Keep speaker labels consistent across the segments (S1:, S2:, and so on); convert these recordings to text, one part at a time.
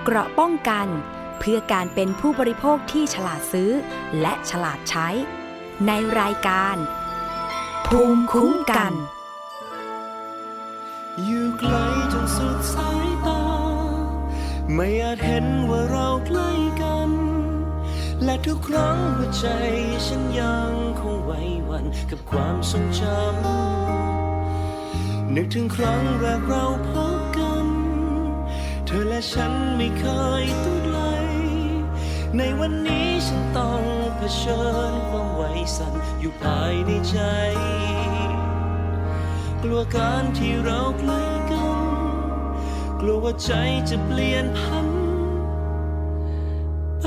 S1: เกราะป้องกันเพื่อการเป็นผู้บริโภคที่ฉลาดซื้อและฉลาดใช้ในรายการภูมิคุ้มกัน
S2: อยู่ไกลจนสุดสายตาไม่อาจเห็นว่าเราใกล้กันและทุกครั้งหัวใจฉันยังคงไหวหวั่นกับความทรงจำนึกถึงครั้งแรกเราพบกันเธอและฉันไม่เคยตูดไลในวันนี้ฉันต้องเผชิญความไหวสั่นอยู่ภายในใจกลัวการที่เราใกล้กันกลัวว่าใจจะเปลี่ยนพันไป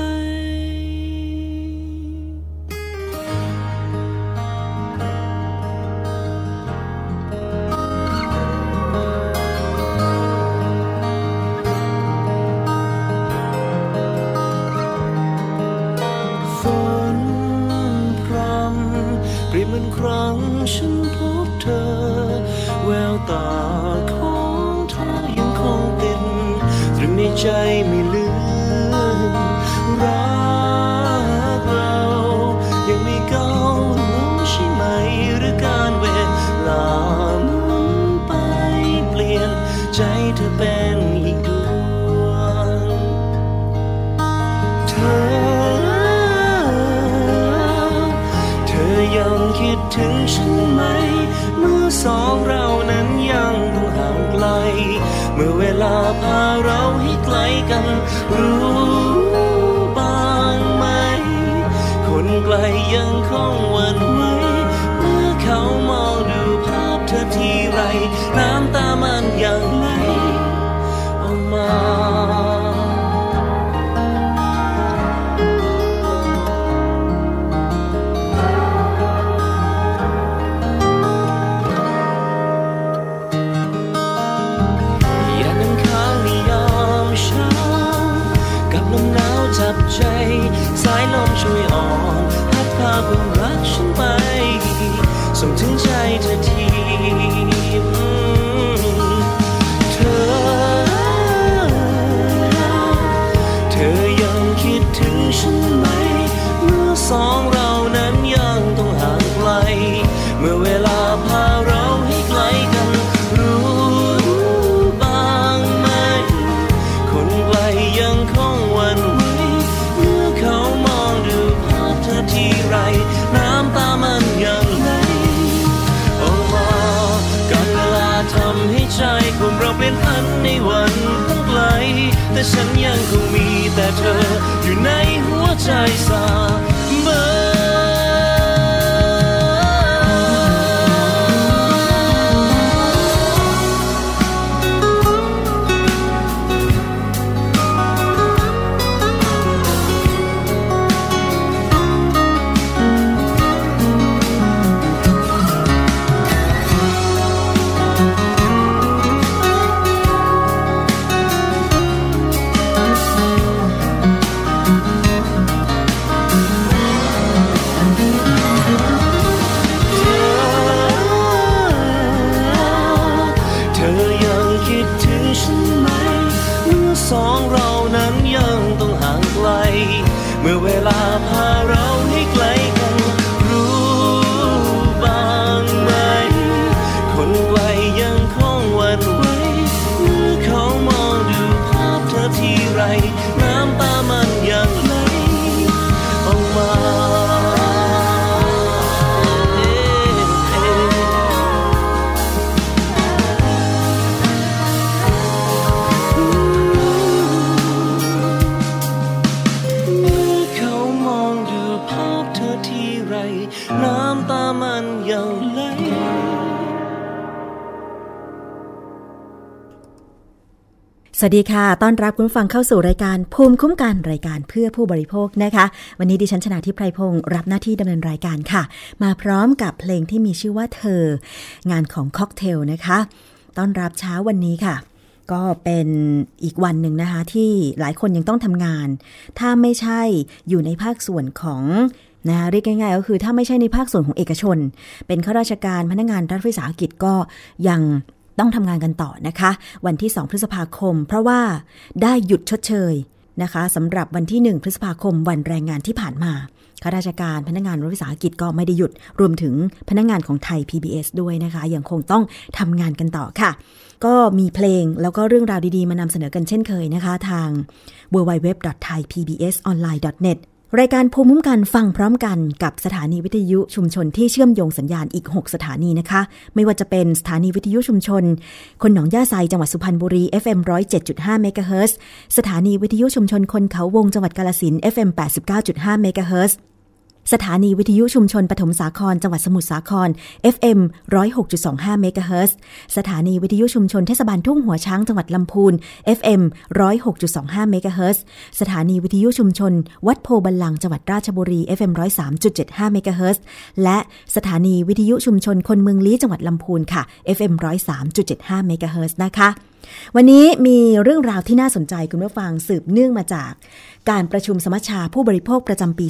S2: ฝนพรำเปรียบเหมือนครั้งฉันพบเธอแววตาของเธอยังคงติดตรึงในใจไม่ลืมรักเรายังไม่ก้าวลงใช่ไหมหรือการเวลาหมุนไปเปลี่ยนใจเธอเป็นอีกดวงเธอยังคิดถึงฉันไหมเมื่อสองเรานั้นยังต้องห่างไกลเมื่อเวลาพาเราให้ไกลกันรู้บ้างไหมคนไกลยังคงหวั่นไหวเมื่อเขามองดูภาพเธอทีไรน้ำตามันยังไหลออกมาจับใจสายลมช่วยอ่อนพัดพาความรักฉันไปส่งถึงใจเธอทีเธอยังคิดถึงฉันไหมเมื่อสองเรานั้นยังต้องห่างไกลเมื่อเวลาพาเราให้ไกลกันรู้บ้างไหมคนไกลยังคงหวั่นเขามองดูภาพเธอทีไรน้ำตามันยังไหลออกมาการเวลาทำให้ใจของเราเปลี่ยนพันในวันทั้งไกลแต่ฉันยังคงมีแต่เธออยู่ในหัวใจเสมอสองเรานั้นยังต้องห่างไกลเมื่อเวลาพาเราให้ไกลกันรู้บ้างไหมคนไกลยังคงหวั่นไหวเมื่อเขามองดูภาพเธอทีไรน้ำตามันยังไหลออกมาน้ำตามันยังไหล
S3: สวัสดีค่ะต้อนรับคุณฟังเข้าสู่รายการภูมิคุ้มกันรายการเพื่อผู้บริโภคนะคะวันนี้ดิฉันชนาธิป ไพรพงศ์รับหน้าที่ดำเนินรายการค่ะมาพร้อมกับเพลงที่มีชื่อว่าเธองานของค็อกเทลนะคะต้อนรับเช้าวันนี้ค่ะก็เป็นอีกวันหนึ่งนะคะที่หลายคนยังต้องทำงานถ้าไม่ใช่อยู่ในภาคส่วนของนะเรียกง่ายๆก็คือถ้าไม่ใช่ในภาคส่วนของเอกชนเป็นข้าราชการพนักงานรัฐวิสาหกิจก็ยังต้องทำงานกันต่อนะคะวันที่2พฤษภาคมเพราะว่าได้หยุดชดเชยนะคะสำหรับวันที่1พฤษภาคมวันแรงงานที่ผ่านมาข้าราชการพนักงานรัฐวิสาหกิจก็ไม่ได้หยุดรวมถึงพนักงานของไทย PBS ด้วยนะคะยังคงต้องทำงานกันต่อค่ะก็มีเพลงแล้วก็เรื่องราวดีๆมานำเสนอกันเช่นเคยนะคะทาง www.thaipbsonline.net รายการภูมิคุ้มกันฟังพร้อมกันกับสถานีวิทยุชุมชนที่เชื่อมโยงสัญญาณอีก6สถานีนะคะไม่ว่าจะเป็นสถานีวิทยุชุมชนคนหนองย่าไซจังหวัดสุพรรณบุรี FM 107.5 เมกะเฮิรตซ์สถานีวิทยุชุมชนคนเขาวงจังหวัดกาฬสินธุ์ FM 89.5 เมกะเฮิรตซ์สถานีวิทยุชุมชนปฐมสาครจังหวัดสมุทรสาคร FM 106.25 เมกะเฮิรตซ์สถานีวิทยุชุมชนเทศบาลทุ่งหัวช้างจังหวัดลำพูน FM 106.25 เมกะเฮิรตซ์สถานีวิทยุชุมชนวัดโพบัลลังก์จังหวัดราชบุรี FM 103.75 เมกะเฮิรตซ์และสถานีวิทยุชุมชนคนเมืองลี้จังหวัดลำพูนค่ะ FM 103.75 เมกะเฮิรตซ์นะคะวันนี้มีเรื่องราวที่น่าสนใจคุณผู้ฟังสืบเนื่องมาจากการประชุมสมัชชาผู้บริโภคประจำปี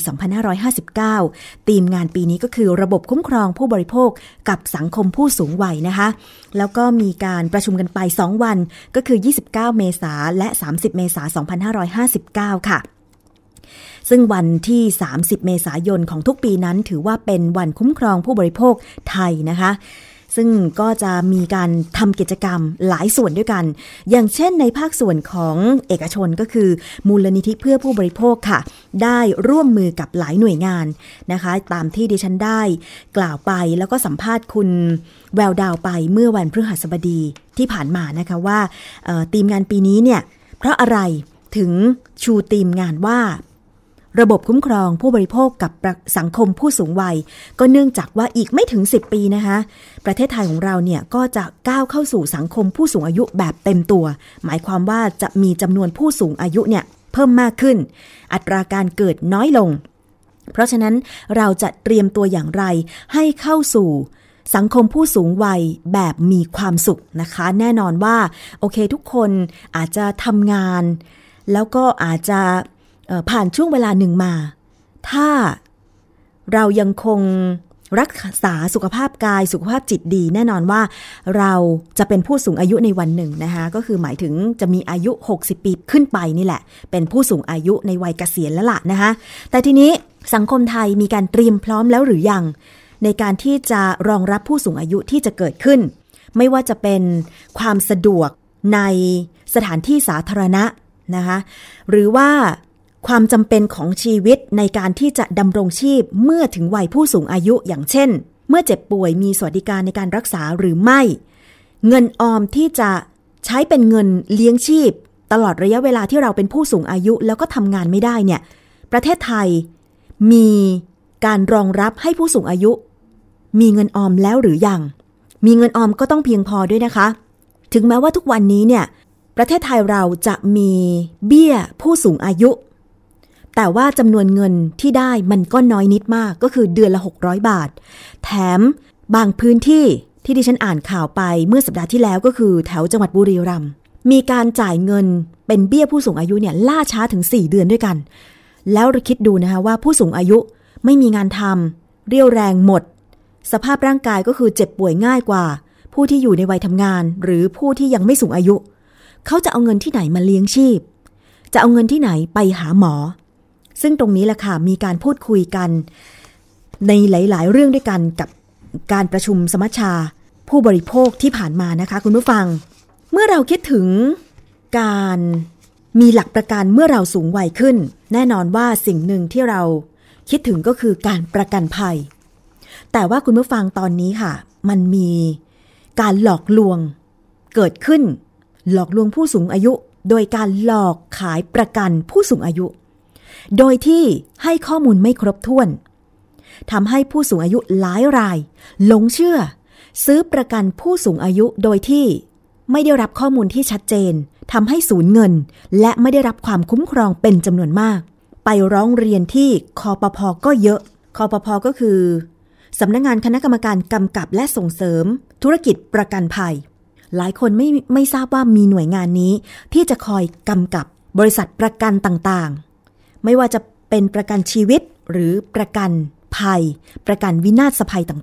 S3: 2559 ธีมงานปีนี้ก็คือระบบคุ้มครองผู้บริโภคกับสังคมผู้สูงวัยนะคะแล้วก็มีการประชุมกันไป2วันก็คือ29 เมษายนและ30 เมษายน 2559 ค่ะซึ่งวันที่30 เมษายนของทุกปีนั้นถือว่าเป็นวันคุ้มครองผู้บริโภคไทยนะคะซึ่งก็จะมีการทำกิจกรรมหลายส่วนด้วยกันอย่างเช่นในภาคส่วนของเอกชนก็คือมูลนิธิเพื่อผู้บริโภคค่ะได้ร่วมมือกับหลายหน่วยงานนะคะตามที่ดิฉันได้กล่าวไปแล้วก็สัมภาษณ์คุณแววดาวไปเมื่อวันพฤหัสบดีที่ผ่านมานะคะว่าธีมงานปีนี้เนี่ยเพราะอะไรถึงชูธีมงานว่าระบบคุ้มครองผู้บริโภคกับสังคมผู้สูงวัยก็เนื่องจากว่าอีกไม่ถึง10 ปีนะคะประเทศไทยของเราเนี่ยก็จะก้าวเข้าสู่สังคมผู้สูงอายุแบบเต็มตัวหมายความว่าจะมีจำนวนผู้สูงอายุเนี่ยเพิ่มมากขึ้นอัตราการเกิดน้อยลงเพราะฉะนั้นเราจะเตรียมตัวอย่างไรให้เข้าสู่สังคมผู้สูงวัยแบบมีความสุขนะคะแน่นอนว่าโอเคทุกคนอาจจะทำงานแล้วก็อาจจะผ่านช่วงเวลาหนึ่งมาถ้าเรายังคงรักษาสุขภาพกายสุขภาพจิตดีแน่นอนว่าเราจะเป็นผู้สูงอายุในวันหนึ่งนะคะก็คือหมายถึงจะมีอายุ60 ปีขึ้นไปนี่แหละเป็นผู้สูงอายุในวัยเกษียณแล้วล่ะนะคะแต่ทีนี้สังคมไทยมีการเตรียมพร้อมแล้วหรือยังในการที่จะรองรับผู้สูงอายุที่จะเกิดขึ้นไม่ว่าจะเป็นความสะดวกในสถานที่สาธารณะนะคะหรือว่าความจำเป็นของชีวิตในการที่จะดำรงชีพเมื่อถึงวัยผู้สูงอายุอย่างเช่นเมื่อเจ็บป่วยมีสวัสดิการในการรักษาหรือไม่เงินออมที่จะใช้เป็นเงินเลี้ยงชีพตลอดระยะเวลาที่เราเป็นผู้สูงอายุแล้วก็ทำงานไม่ได้เนี่ยประเทศไทยมีการรองรับให้ผู้สูงอายุมีเงินออมแล้วหรือยังมีเงินออมก็ต้องเพียงพอด้วยนะคะถึงแม้ว่าทุกวันนี้เนี่ยประเทศไทยเราจะมีเบี้ยผู้สูงอายุแต่ว่าจำนวนเงินที่ได้มันก็น้อยนิดมากก็คือเดือนละ600 บาทแถมบางพื้นที่ที่ดิฉันอ่านข่าวไปเมื่อสัปดาห์ที่แล้วก็คือแถวจังหวัดบุรีรัมย์มีการจ่ายเงินเป็นเบี้ยผู้สูงอายุเนี่ยล่าช้าถึง4 เดือนด้วยกันแล้วเราคิดดูนะคะว่าผู้สูงอายุไม่มีงานทำเรี่ยวแรงหมดสภาพร่างกายก็คือเจ็บป่วยง่ายกว่าผู้ที่อยู่ในวัยทำงานหรือผู้ที่ยังไม่สูงอายุเขาจะเอาเงินที่ไหนมาเลี้ยงชีพจะเอาเงินที่ไหนไปหาหมอซึ่งตรงนี้แหละค่ะมีการพูดคุยกันในหลายๆเรื่องด้วยกันกับการประชุมสมัชชาผู้บริโภคที่ผ่านมานะคะคุณผู้ฟังเมื่อเราคิดถึงการมีหลักประกันเมื่อเราสูงวัยขึ้นแน่นอนว่าสิ่งหนึ่งที่เราคิดถึงก็คือการประกันภัยแต่ว่าคุณผู้ฟังตอนนี้ค่ะมันมีการหลอกลวงเกิดขึ้นหลอกลวงผู้สูงอายุโดยการหลอกขายประกันผู้สูงอายุโดยที่ให้ข้อมูลไม่ครบถ้วนทำให้ผู้สูงอายุหลายรายหลงเชื่อซื้อประกันผู้สูงอายุโดยที่ไม่ได้รับข้อมูลที่ชัดเจนทำให้สูญเงินและไม่ได้รับความคุ้มครองเป็นจำนวนมากไปร้องเรียนที่คปภ.ก็เยอะคปภ.ก็คือสำนักงานคณะกรรมการกำกับและส่งเสริมธุรกิจประกันภัยหลายคนไม่ทราบว่ามีหน่วยงานนี้ที่จะคอยกำกับบริษัทประกันต่างๆไม่ว่าจะเป็นประกันชีวิตหรือประกันภัยประกันวินาศภัยต่าง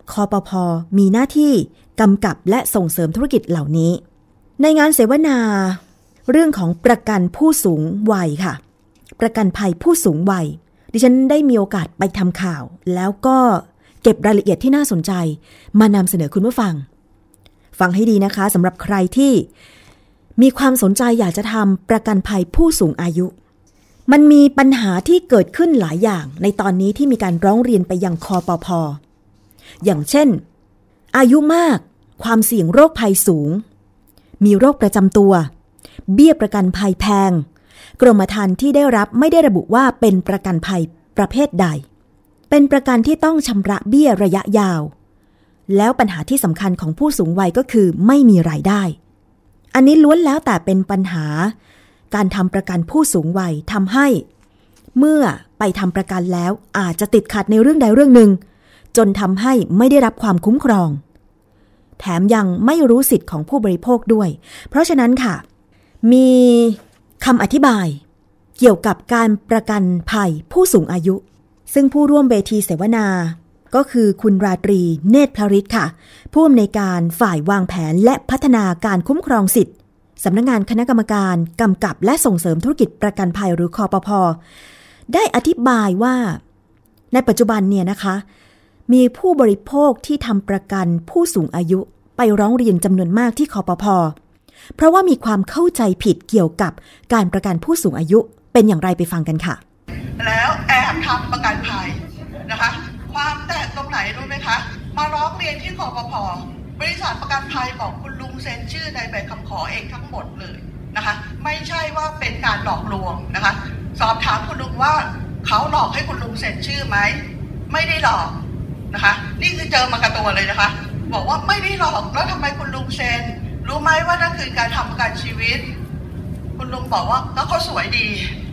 S3: คปภ.มีหน้าที่กำกับและส่งเสริมธุรกิจเหล่านี้ในงานเสวนาเรื่องของประกันผู้สูงวัยค่ะประกันภัยผู้สูงวัยดิฉันได้มีโอกาสไปทำข่าวแล้วก็เก็บรายละเอียดที่น่าสนใจมานำเสนอคุณผู้ฟังฟังให้ดีนะคะสำหรับใครที่มีความสนใจอยากจะทำประกันภัยผู้สูงอายุมันมีปัญหาที่เกิดขึ้นหลายอย่างในตอนนี้ที่มีการร้องเรียนไปยังคปภ.อย่างเช่นอายุมากความเสี่ยงโรคภัยสูงมีโรคประจำตัวเบี้ยประกันภัยแพงกรมธรรม์ที่ได้รับไม่ได้ระบุว่าเป็นประกันภัยประเภทใดเป็นประกันที่ต้องชำระเบี้ยระยะยาวแล้วปัญหาที่สำคัญของผู้สูงวัยก็คือไม่มีรายได้อันนี้ล้วนแล้วแต่เป็นปัญหาการทำประกันผู้สูงวัยทำให้เมื่อไปทำประกันแล้วอาจจะติดขัดในเรื่องใดเรื่องหนึ่งจนทำให้ไม่ได้รับความคุ้มครองแถมยังไม่รู้สิทธิ์ของผู้บริโภคด้วยเพราะฉะนั้นค่ะมีคำอธิบายเกี่ยวกับการประกันภัยผู้สูงอายุซึ่งผู้ร่วมเวทีเสวนาก็คือคุณราตรีเนตรพฤทธิ์ค่ะผู้อำนวยการฝ่ายวางแผนและพัฒนาการคุ้มครองสิทธิ์สำนักงานคณะกรรมการกำกับและส่งเสริมธุรกิจประกันภัยหรือคปภ.ได้อธิบายว่าในปัจจุบันเนี่ยนะคะมีผู้บริโภคที่ทำประกันผู้สูงอายุไปร้องเรียนจำนวนมากที่คปภ.เพราะว่ามีความเข้าใจผิดเกี่ยวกับการประกันผู้สูงอายุเป็นอย่างไรไปฟังกันค่ะ
S4: แล้วแอบทำประกันภัยนะคะความแตกตรงไหนรู้ไหมคะมาร้องเรียนที่คปภ.บริษัทประกันภัยบอกคุณลุงเซ็นชื่อในใบคำขอเองทั้งหมดเลยนะคะไม่ใช่ว่าเป็นการหลอกลวงนะคะสอบถามคุณลุงว่าเขาหลอกให้คุณลุงเซ็นชื่อไหมไม่ได้หลอกนะคะนี่คือเจอมากับตัวเลยนะคะบอกว่าไม่ได้หลอกแล้วทำไมคุณลุงเซ็นรู้ไหมว่านั่นคือการทำประกันชีวิตคุณลุงบอกว่าก็เขาสวยดี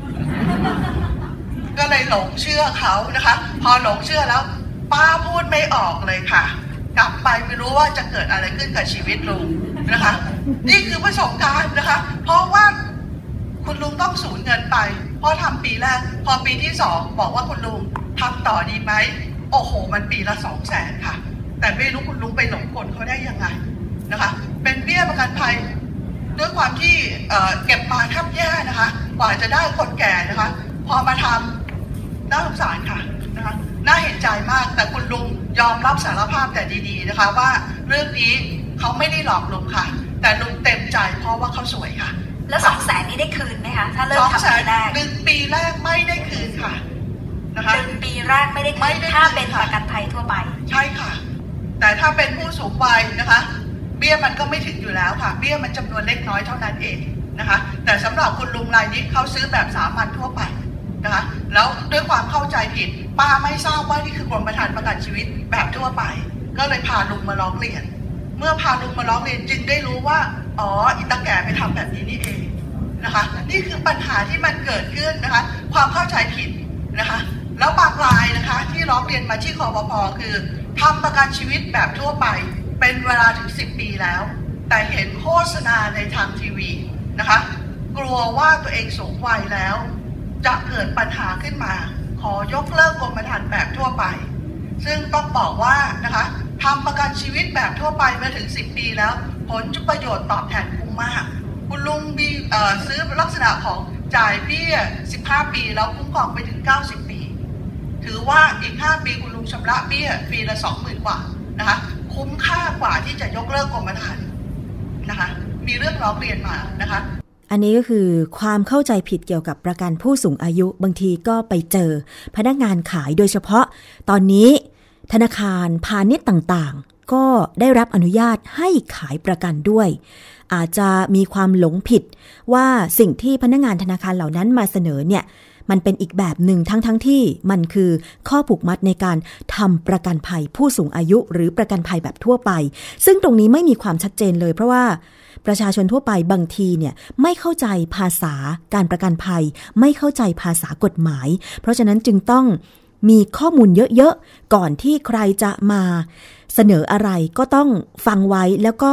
S4: ก็เลยหลงเชื่อเขานะคะพอหลงเชื่อแล้วป้าพูดไม่ออกเลยค่ะกลับไปไม่รู้ว่าจะเกิดอะไรขึ้นกับชีวิตลุงนะคะนี่คือประสบการณ์นะคะเพราะว่าคุณลุงต้องสูญเงินไปเพราะทำปีแรกพอปีที่2บอกว่าคุณลุงทำต่อดีไหมโอ้โหมันปีละ200,000ค่ะแต่ไม่รู้คุณลุงไปหลงกลเขาได้ยังไงนะคะเป็นเบี้ยประกันภัยด้วยความที่เก็บมาแทบแย่นะคะกว่าจะได้คนแก่นะคะพอมาทำน่าสงสารค่ะนะคะน่าเห็นใจมากแต่คุณลุงยอมรับสารภาพแต่ดีๆนะคะว่าเรื่องนี้เขาไม่ได้หลอกลุงค่ะแต่ลุงเต็มใจเพราะว่าเขาสวยค่ะ
S5: แล้ว200,000นี้ได้คืนไหมคะถ้าเริ่มทำปีแรก
S4: 1 ปีแรกไม่ได้คืนค่ะนะคะ
S5: 1 ปีแรกไม่ได้คืนถ้าเป็นประกันภัยทั่วไป
S4: ใช่ค่ะแต่ถ้าเป็นผู้สูงวัยนะคะเบี้ยมันก็ไม่ถึงอยู่แล้วค่ะเบี้ยมันจำนวนเล็กน้อยเท่านั้นเองนะคะแต่สำหรับคุณลุงรายนี้เขาซื้อแบบสามัญทั่วไปนะคะแล้วด้วยความเข้าใจผิดป้าไม่ทราบว่านี่คือกรมธรรม์ประกันชีวิตแบบทั่วไปก็เลยพาลุงมาร้องเรียนเมื่อพาลุงมาร้องเรียนจึงได้รู้ว่าอ๋ออีตาแก่ไปทำแบบนี้นี่เองนะคะนี่คือปัญหาที่มันเกิดขึ้นนะคะความเข้าใจผิดนะคะแล้วบางรายนะคะที่ร้องเรียนมาที่คปภ.คือทำประกันชีวิตแบบทั่วไปเป็นเวลาถึง10 ปีแล้วแต่เห็นโฆษณาในทางทีวีนะคะกลัวว่าตัวเองสูงวัยแล้วจะเกิดปัญหาขึ้นมาขอยกเลิกกรมธรรม์แบบทั่วไปซึ่งต้องบอกว่านะคะทำประกันชีวิตแบบทั่วไปมาถึง10 ปีแล้วผลประโยชน์ตอบแทนคุ้มมากคุณลุงมีซื้อลักษณะของจ่ายเบี้ย15 ปีแล้วคุ้มครองไปถึง90 ปีถือว่าอีก5 ปีคุณลุงชำระเบี้ยปีละ 20,000 กว่านะคะคุ้มค่ากว่าที่จะยกเลิกกรมธรรม์นะคะมีเรื่องร้องเรียนมานะคะ
S3: อันนี้ก็คือความเข้าใจผิดเกี่ยวกับประกันผู้สูงอายุบางทีก็ไปเจอพนักงานขายโดยเฉพาะตอนนี้ธนาคารพาณิชย์ต่างๆก็ได้รับอนุญาตให้ขายประกันด้วยอาจจะมีความหลงผิดว่าสิ่งที่พนักงานธนาคารเหล่านั้นมาเสนอเนี่ยมันเป็นอีกแบบหนึ่งทั้งที่มันคือข้อผูกมัดในการทำประกันภัยผู้สูงอายุหรือประกันภัยแบบทั่วไปซึ่งตรงนี้ไม่มีความชัดเจนเลยเพราะว่าประชาชนทั่วไปบางทีเนี่ยไม่เข้าใจภาษาการประกันภัยไม่เข้าใจภาษากฎหมายเพราะฉะนั้นจึงต้องมีข้อมูลเยอะๆก่อนที่ใครจะมาเสนออะไรก็ต้องฟังไว้แล้วก็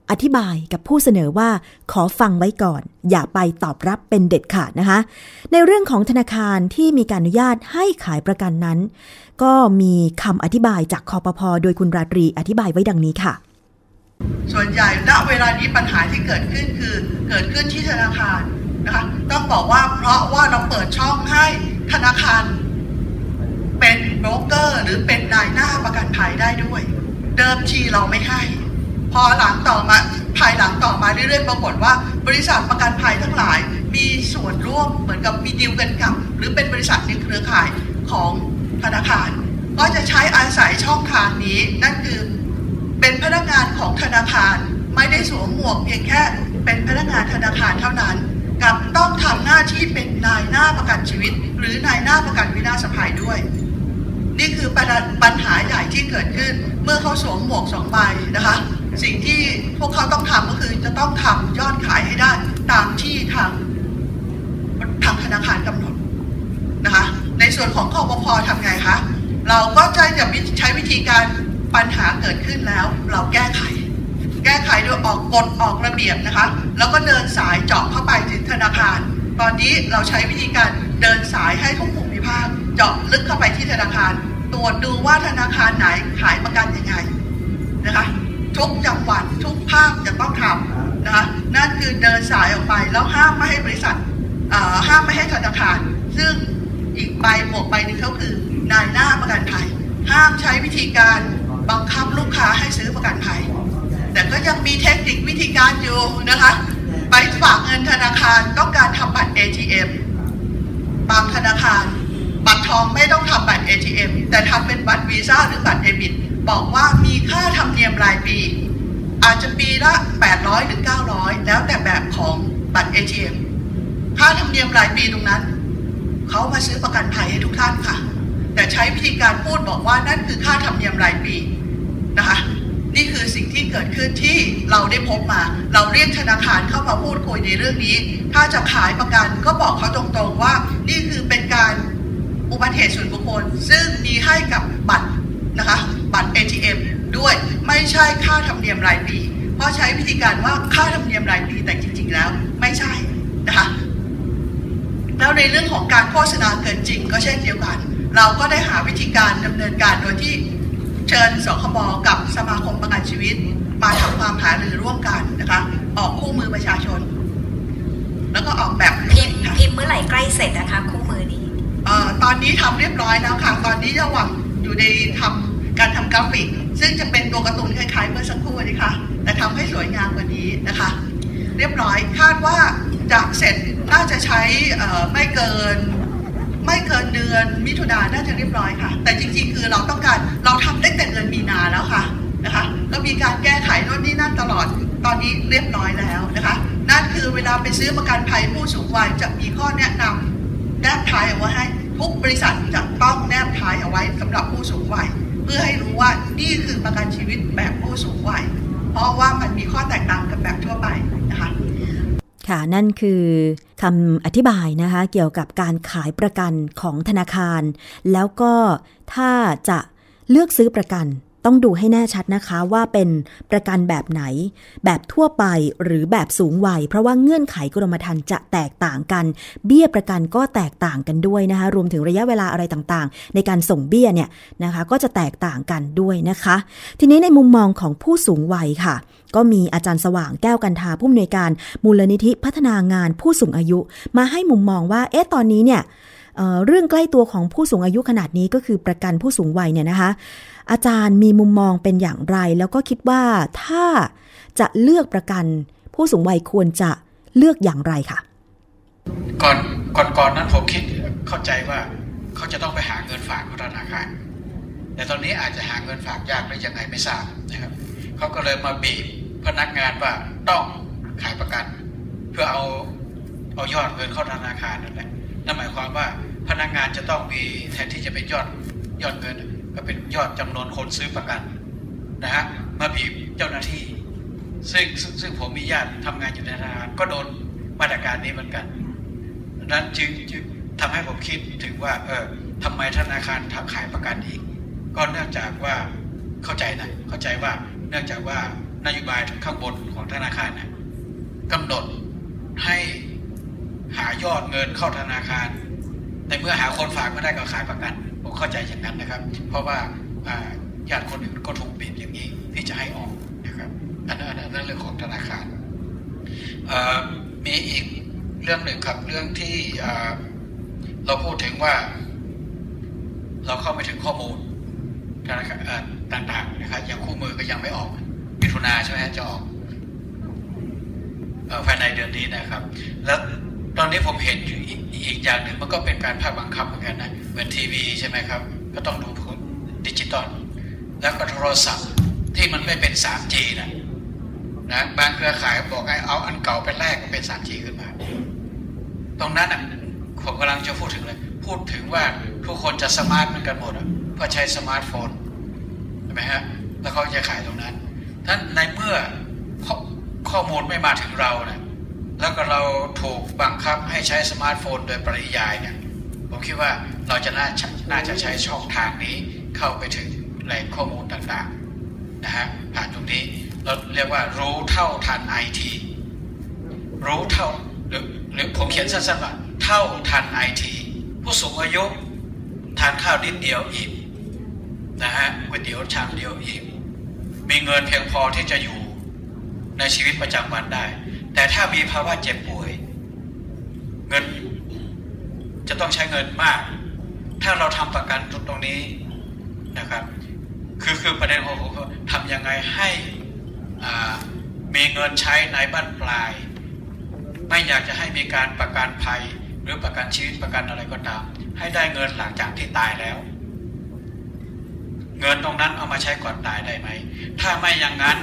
S3: อธิบายกับผู้เสนอว่าขอฟังไว้ก่อนอย่าไปตอบรับเป็นเด็ดขาดนะคะในเรื่องของธนาคารที่มีการอนุญาตให้ขายประกันนั้นก็มีคำอธิบายจากคปภ.โดยคุณราตรีอธิบายไว้ดังนี้ค่ะ
S4: ส่วนใหญ่ณเวลานี้ปัญหาที่เกิดขึ้นคือเกิดขึ้นที่ธนาคารนะคะต้องบอกว่าเพราะว่าเราเปิดช่องให้ธนาคารเป็นโบรกเกอร์หรือเป็นนายหน้าประกันภัยได้ด้วยเดิมทีเราไม่ให้พอหลังต่อมาภายหลังต่อมาเรื่อยๆปรากฏว่าบริษัทประกันภัยทั้งหลายมีส่วนร่วมเหมือนกับมีดีลกันกับหรือเป็นบริษัทในเครือข่ายของธนาคารก็จะใช้อาศัยช่องทางนี้นั่นคือเป็นพนักงานของธนาคารไม่ได้สวมหมวกเพียงแค่เป็นพนักงานธนาคารเท่านั้นกับต้องทำหน้าที่เป็นนายหน้าประกันชีวิตหรือนายหน้าประกันวินาศภัยด้วยนี่คือปัญหาใหญ่ที่เกิดขึ้นเมื่อเขาสวมหมวก2 ใบนะคะสิ่งที่พวกเขาต้องทำก็คือจะต้องทำยอดขายให้ได้ตามที่ทางธนาคารกำหนดนะคะในส่วนของคปภ.ทำไงคะเราก็จะใช้วิธีการปัญหาเกิดขึ้นแล้วเราแก้ไขโดยออกกฎออกระเบียบนะคะแล้วก็เดินสายเจาะเข้าไปถึงธนาคารตอนนี้เราใช้วิธีการเดินสายให้ทุกภูมิภาคเจาะลึกเข้าไปที่ธนาคารตรวจดูว่าธนาคารไหนขายประกันยังไงนะคะทุกจังหวัดทุกภาคจะต้องทำนะคะนั่นคือเดินสายออกไปแล้วห้ามไม่ให้บริษัทห้ามไม่ให้ธนาคารซึ่งอีกหมวกใบนึงเขาคือนายหน้าประกันภัยห้ามใช้วิธีการบังคับลูกค้าให้ซื้อประกันภัยแต่ก็ยังมีเทคนิควิธีการอยู่นะคะไปฝากเงินธนาคารต้องการทำบัตร ATM บางธนาคารบัตรทองไม่ต้องทำบัตร ATM แต่ทำเป็นบัตรวีซ่าหรือบัตรเดบิตบอกว่ามีค่าธรรมเนียมรายปีอาจจะปีละ800หรือ900แล้วแต่แบบของบัตร ATM ค่าธรรมเนียมรายปีตรงนั้นเขามาซื้อประกันภัยให้ทุกท่านค่ะแต่ใช้วิธีการพูดบอกว่านั่นคือค่าธรรมเนียมรายปีนะคะนี่คือสิ่งที่เกิดขึ้นที่เราได้พบมาเราเรียกธนาคารเข้ามาพูดคุยในเรื่องนี้ถ้าจะขายประกันก็บอกเขาตรงๆว่านี่คือเป็นการอุบัติเหตุส่วนบุคคลซึ่งมีให้กับบัตรนะคะบัตร ATM ด้วยไม่ใช่ค่าธรรมเนียมรายปีเพราะใช้วิธีการว่าค่าธรรมเนียมรายปีแต่จริงๆแล้วไม่ใช่นะคะแล้วในเรื่องของการโฆษณาเกินจริงก็เช่นเดียวกันเราก็ได้หาวิธีการดำเนินการโดยที่เชิญสคบกับสมาคมประกันชีวิตมาทำความหารือร่วมกันนะคะออกคู่มือประชาชนแล้วก็ออกแบบ
S5: พิมพ์เมื่อไหร่ใกล้เสร็จนะคะคู่มือนี้
S4: ตอนนี้ทำเรียบร้อยแล้วค่ะตอนนี้ระหว่างอยู่ในการทำกราฟิกซึ่งจะเป็นตัวการ์ตูนคล้ายๆเมื่อสักครู่นะคะแต่ทำให้สวยงามกว่านี้นะคะเรียบร้อยคาดว่าจะเสร็จน่าจะใช้ไม่เกินเดือนมิถุนายนน่าจะเรียบร้อยค่ะแต่จริงๆคือเราต้องการเราทำตั้งแต่เดือนมีนาแล้วค่ะนะคะแล้วมีการแก้ไขโน่นนี่นั่นตลอดตอนนี้เรียบร้อยแล้วนะคะนั่นคือเวลาไปซื้อประกันภัยผู้สูงวัยจะมีข้อแนะนำแนบท้ายเอาไว้ให้ทุกบริษัทจะต้องแนบท้ายเอาไว้สำหรับผู้สูงวัยเพื่อให้รู้ว่านี่คือประกันชีวิตแบบผู้สูงวัยเพราะว่ามันมีข้อแตกต่างกับแบบทั่วไปนะคะ
S3: ค่ะนั่นคือคำอธิบายนะคะเกี่ยวกับการขายประกันของธนาคารแล้วก็ถ้าจะเลือกซื้อประกันต้องดูให้แน่ชัดนะคะว่าเป็นประกันแบบไหนแบบทั่วไปหรือแบบสูงวัยเพราะว่าเงื่อนไขกรมธรรม์จะแตกต่างกันเบี้ยประกันก็แตกต่างกันด้วยนะคะรวมถึงระยะเวลาอะไรต่างๆในการส่งเบี้ยเนี่ยนะคะก็จะแตกต่างกันด้วยนะคะทีนี้ในมุมมองของผู้สูงวัยค่ะก็มีอาจารย์สว่างแก้วกันทาผู้อำนวยการมูลนิธิพัฒนางานผู้สูงอายุมาให้มุมมองว่าตอนนี้เนี่ยเรื่องใกล้ตัวของผู้สูงอายุขนาดนี้ก็คือประกันผู้สูงวัยเนี่ยนะคะอาจารย์มีมุมมองเป็นอย่างไรแล้วก็คิดว่าถ้าจะเลือกประกันผู้สูงวัยควรจะเลือกอย่างไรค่ะ
S6: ก่อนนั้นผมคิดเข้าใจว่าเขาจะต้องไปหาเงินฝากธนาคารแต่ตอนนี้อาจจะหาเงินฝากยากหรือยังไงไม่ทราบนะครับเขาก็เลยมาบีบพนักงานว่าต้องขายประกันเพื่อเอายอดเงินเข้าธนาคารนั่นแหละนั่นหมายความว่าพนักงานจะต้องมีแทนที่จะเป็นยอดเงินก็เป็นยอดจำนวนคนซื้อประกันนะฮะมาบีบเจ้าหน้าที่ซึ่งผมมีญาติทำงานอยู่ในธนาคารก็โดนมาตรการนี้เหมือนกันนั้นจึงทำให้ผมคิดถึงว่าทำไมธนาคารขายประกันอีกก็เนื่องจากว่าเข้าใจว่าเนื่องจากว่านโยบายข้างบนของธนาคารนะกำหนดให้หายอดเงินเข้าธนาคารในเมื่อหาคนฝากไม่ได้ก็ขายประกันผมเข้าใจอย่างนั้นนะครับเพราะว่าญาติคนอื่นก็ถูกบีบอย่างนี้ที่จะให้ออกนะครับอันนั้นเรื่องของธนาคารมีอีกเรื่องหนึ่งครับเรื่องที่เราพูดถึงว่าเราเข้าไม่ถึงข้อมูลธนาคารต่างๆนะครับอย่างคู่มือก็ยังไม่ออกมิถุนาใช่ไหมจะออกภายในเดือนนี้นะครับแล้วตอนนี้ผมเห็นอยู่อีกอย่างหนึ่งมันก็เป็นการภาคบังคับเหมือนกันนะเหมือนทีวีใช่ไหมครับก็ต้องดูดิจิตอลแล้วก็โทรศัพท์ที่มันไม่เป็น 3G นะบางเครือข่ายบอกให้เอาอันเก่าไปแลกก็เป็น 3G ขึ้นมาตรงนั้นผมกำลังจะพูดถึงเลยพูดถึงว่าทุกคนจะสมาร์ทเหมือนกันหมดเพราะใช้สมาร์ทโฟนใช่ไหมฮะแล้วเขาจะขายตรงนั้นท่านในเมื่อข้อมูลไม่มาถึงเรานะแล้วก็เราถูกบังคับให้ใช้สมาร์ทโฟนโดยปริยายเนี่ยผมคิดว่าเราจะน่าจะใช้ช่องทางนี้เข้าไปถึงแหล่งข้อมูลต่างๆนะฮะผ่านตรงนี้เราเรียกว่ารู้เท่าทัน IT รู้เท่าหรือผมเขียนสั้นๆว่าเท่าทัน IT ผู้สูงอายุทานข้าวนิดเดียวอิ่มนะฮะก๋วยเตี๋ยวชามเดียวอิ่มมีเงินเพียงพอที่จะอยู่ในชีวิตประจำวันได้แต่ถ้ามีภาวะเจ็บป่วยเงินจะต้องใช้เงินมากถ้าเราทำประกันตรงนี้นะครับคือประเด็นของผมทำยังไงให้มีเงินใช้ในบั้นปลายไม่อยากจะให้มีการประกันภัยหรือประกันชีวิตประกันอะไรก็ตามให้ได้เงินหลังจากที่ตายแล้วเงินตรงนั้นเอามาใช้ก่อนตายได้ไหมถ้าไม่อย่างนั้น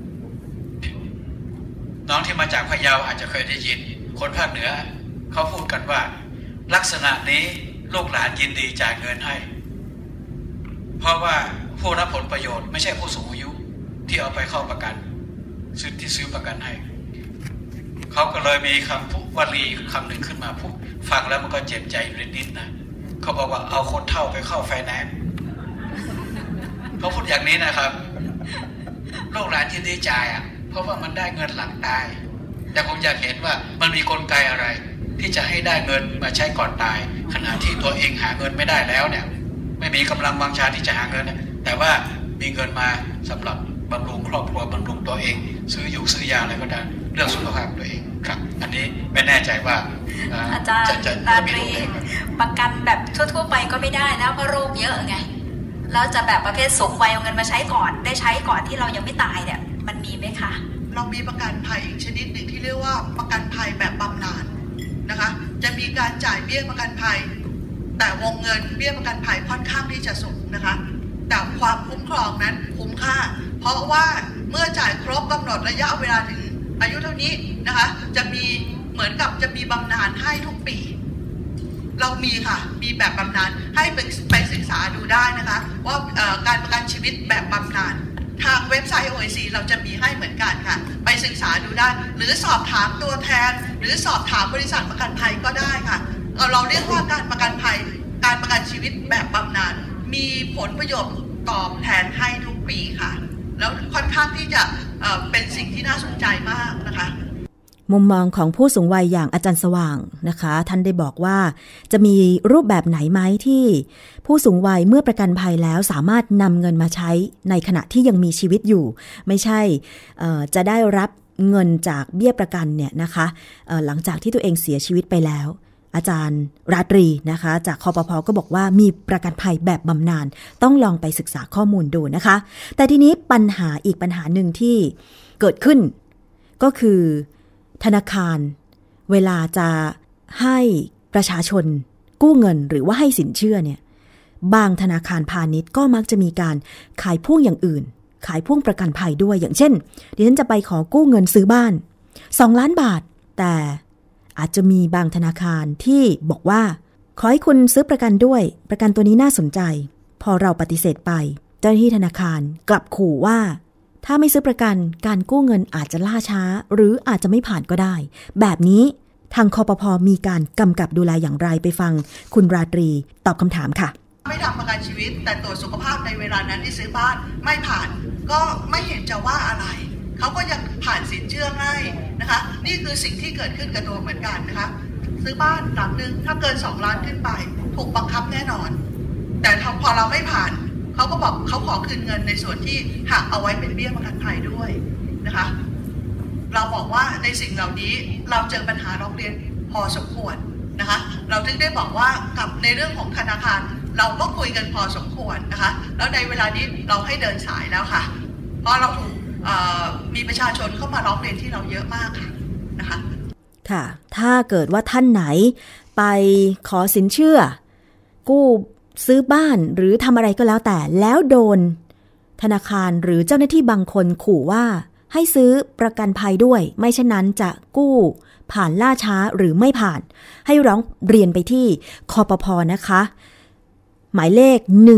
S6: น้องที่มาจากพะเยาอาจจะเคยได้ยินคนภาคเหนือเขาพูดกันว่าลักษณะนี้ลูกหลานยินดีจ่ายเงินให้เพราะว่าผู้รับผลประโยชน์ไม่ใช่ผู้สูงอายุที่เอาไปเข้าประกันซื้อประกันให้เขาก็เลยมีคำวลีคำหนึ่งขึ้นมาพูดฟังแล้วมันก็เจ็บใจนิดๆนะเขาบอกว่าเอาคนเฒ่าไปเข้าไฟแนนซ์เขาพูดอย่างนี้นะครับลูกหลานยินดีจ่ายเพราะว่ามันได้เงินหลังตายแต่ผมอยากเห็นว่ามันมีกลไกอะไรที่จะให้ได้เงินมาใช้ก่อนตายขณะที่ตัวเองหาเงินไม่ได้แล้วเนี่ยไม่มีกำลังวังชาที่จะหาเงินแต่ว่ามีเงินมาสำหรับบำรุงครอบครัวบำรุงตัวเองซื้อยาอะไรก็ได้เรื่องสุขภาพตัวเองครับอันนี้ไม่แน่ใจว่า
S5: อาจารย์ราตรีประกันแบบทั่วๆไปก็ไม่ได้แล้วเพราะโรคเยอะไงแล้วจะแบบประเภทสูงวัยเอาเงินมาใช้ก่อนได้ใช้ก่อนที่เรายังไม่ตายเนี่ยมันมีไหมคะ
S4: เรามีประกันภัยอีกชนิดหนึ่งที่เรียกว่าประกันภัยแบบบำนาญนะคะจะมีการจ่ายเบี้ยประกันภัยแต่วงเงินเบี้ยประกันภัยค่อนข้างที่จะสูงนะคะแต่ความคุ้มครองนั้นคุ้มค่าเพราะว่าเมื่อจ่ายครบกำหนดระยะเวลาถึงอายุเท่านี้นะคะจะมีเหมือนกับจะมีบำนาญให้ทุกปีเรามีค่ะมีแบบบำนาญให้ไปศึกษาดูได้นะคะว่าการประกันชีวิตแบบบำนาญทางเว็บไซต์ OIC เราจะมีให้เหมือนกันค่ะไปศึกษาดูได้หรือสอบถามตัวแทนหรือสอบถามบริษัทประกันภัยก็ได้ค่ะเราเรียกว่าการประกันภัยการประกันชีวิตแบบบำนาญมีผลประโยชน์ตอบแทนให้ทุกปีค่ะแล้วค่อนข้างที่จะเป็นสิ่งที่น่าสนใจมากนะคะ
S3: มุมมองของผู้สูงวัยอย่างอาจารย์สว่างนะคะท่านได้บอกว่าจะมีรูปแบบไหนไหมที่ผู้สูงวัยเมื่อประกันภัยแล้วสามารถนำเงินมาใช้ในขณะที่ยังมีชีวิตอยู่ไม่ใช่จะได้รับเงินจากเบี้ยประกันเนี่ยนะคะหลังจากที่ตัวเองเสียชีวิตไปแล้วอาจารย์ราตรีนะคะจากคปภ.ก็บอกว่ามีประกันภัยแบบบำนาญต้องลองไปศึกษาข้อมูลดูนะคะแต่ทีนี้ปัญหาหนึ่งที่เกิดขึ้นก็คือธนาคารเวลาจะให้ประชาชนกู้เงินหรือว่าให้สินเชื่อเนี่ยบางธนาคารพาณิชย์ก็มักจะมีการขายพ่วงอย่างอื่นขายพ่วงประกันภัยด้วยอย่างเช่นดิฉันจะไปขอกู้เงินซื้อบ้าน2 ล้านบาทแต่อาจจะมีบางธนาคารที่บอกว่าขอให้คุณซื้อประกันด้วยประกันตัวนี้น่าสนใจพอเราปฏิเสธไปเจ้าหน้าที่ธนาคารกลับขู่ว่าถ้าไม่ซื้อประกันการกู้เงินอาจจะล่าช้าหรืออาจจะไม่ผ่านก็ได้แบบนี้ทางคปภ.มีการกำกับดูแลอย่างไรไปฟังคุณราตรีตอบคำถามค่ะ
S4: ไม่ทำประกันชีวิตแต่ตรวจสุขภาพในเวลานั้นที่ซื้อบ้านไม่ผ่านก็ไม่เห็นจะว่าอะไรเขาก็ยังผ่านสินเชื่อง่ายนะคะนี่คือสิ่งที่เกิดขึ้นกับตัวเหมือนกันนะคะซื้อบ้านหลังนึงถ้าเกิน2 ล้านขึ้นไปถูกบังคับแน่นอนแต่พอเราไม่ผ่านเขาก็บอกเขาขอคืนเงินในส่วนที่หักเอาไว้เป็นเบี้ยประกันภัยด้วยนะคะเราบอกว่าในสิ่งเหล่านี้เราเจอปัญหาร้องเรียนพอสมควรนะคะเราถึงได้บอกว่ากับในเรื่องของธนาคารเราก็คุยกันพอสมควรนะคะแล้วในเวลานี้เราให้เดินสายแล้วค่ะเพราะเราถูกมีประชาชนเข้ามาร้องเรียนที่เราเยอะมากค่ะนะคะ
S3: ค่ะถ้าเกิดว่าท่านไหนไปขอสินเชื่อกู้ซื้อบ้านหรือทำอะไรก็แล้วแต่แล้วโดนธนาคารหรือเจ้าหน้าที่บางคนขู่ว่าให้ซื้อประกันภัยด้วยไม่เช่นนั้นจะกู้ผ่านล่าช้าหรือไม่ผ่านให้ร้องเรียนไปที่คปภ.นะคะหมายเลข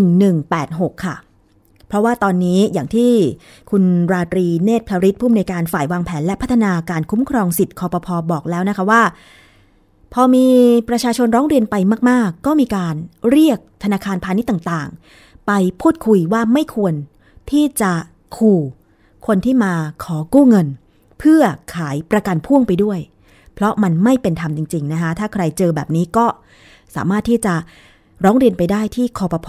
S3: 1186ค่ะเพราะว่าตอนนี้อย่างที่คุณราตรีเนตรพฤทธิ์ผู้อำนวยการฝ่ายวางแผนและพัฒนาการคุ้มครองสิทธิ์คปภ.บอกแล้วนะคะว่าพอมีประชาชนร้องเรียนไปมากๆก็มีการเรียกธนาคารพาณิชย์ต่างๆไปพูดคุยว่าไม่ควรที่จะขู่คนที่มาขอกู้เงินเพื่อขายประกันพ่วงไปด้วยเพราะมันไม่เป็นธรรมจริงๆนะคะถ้าใครเจอแบบนี้ก็สามารถที่จะร้องเรียนไปได้ที่คปภ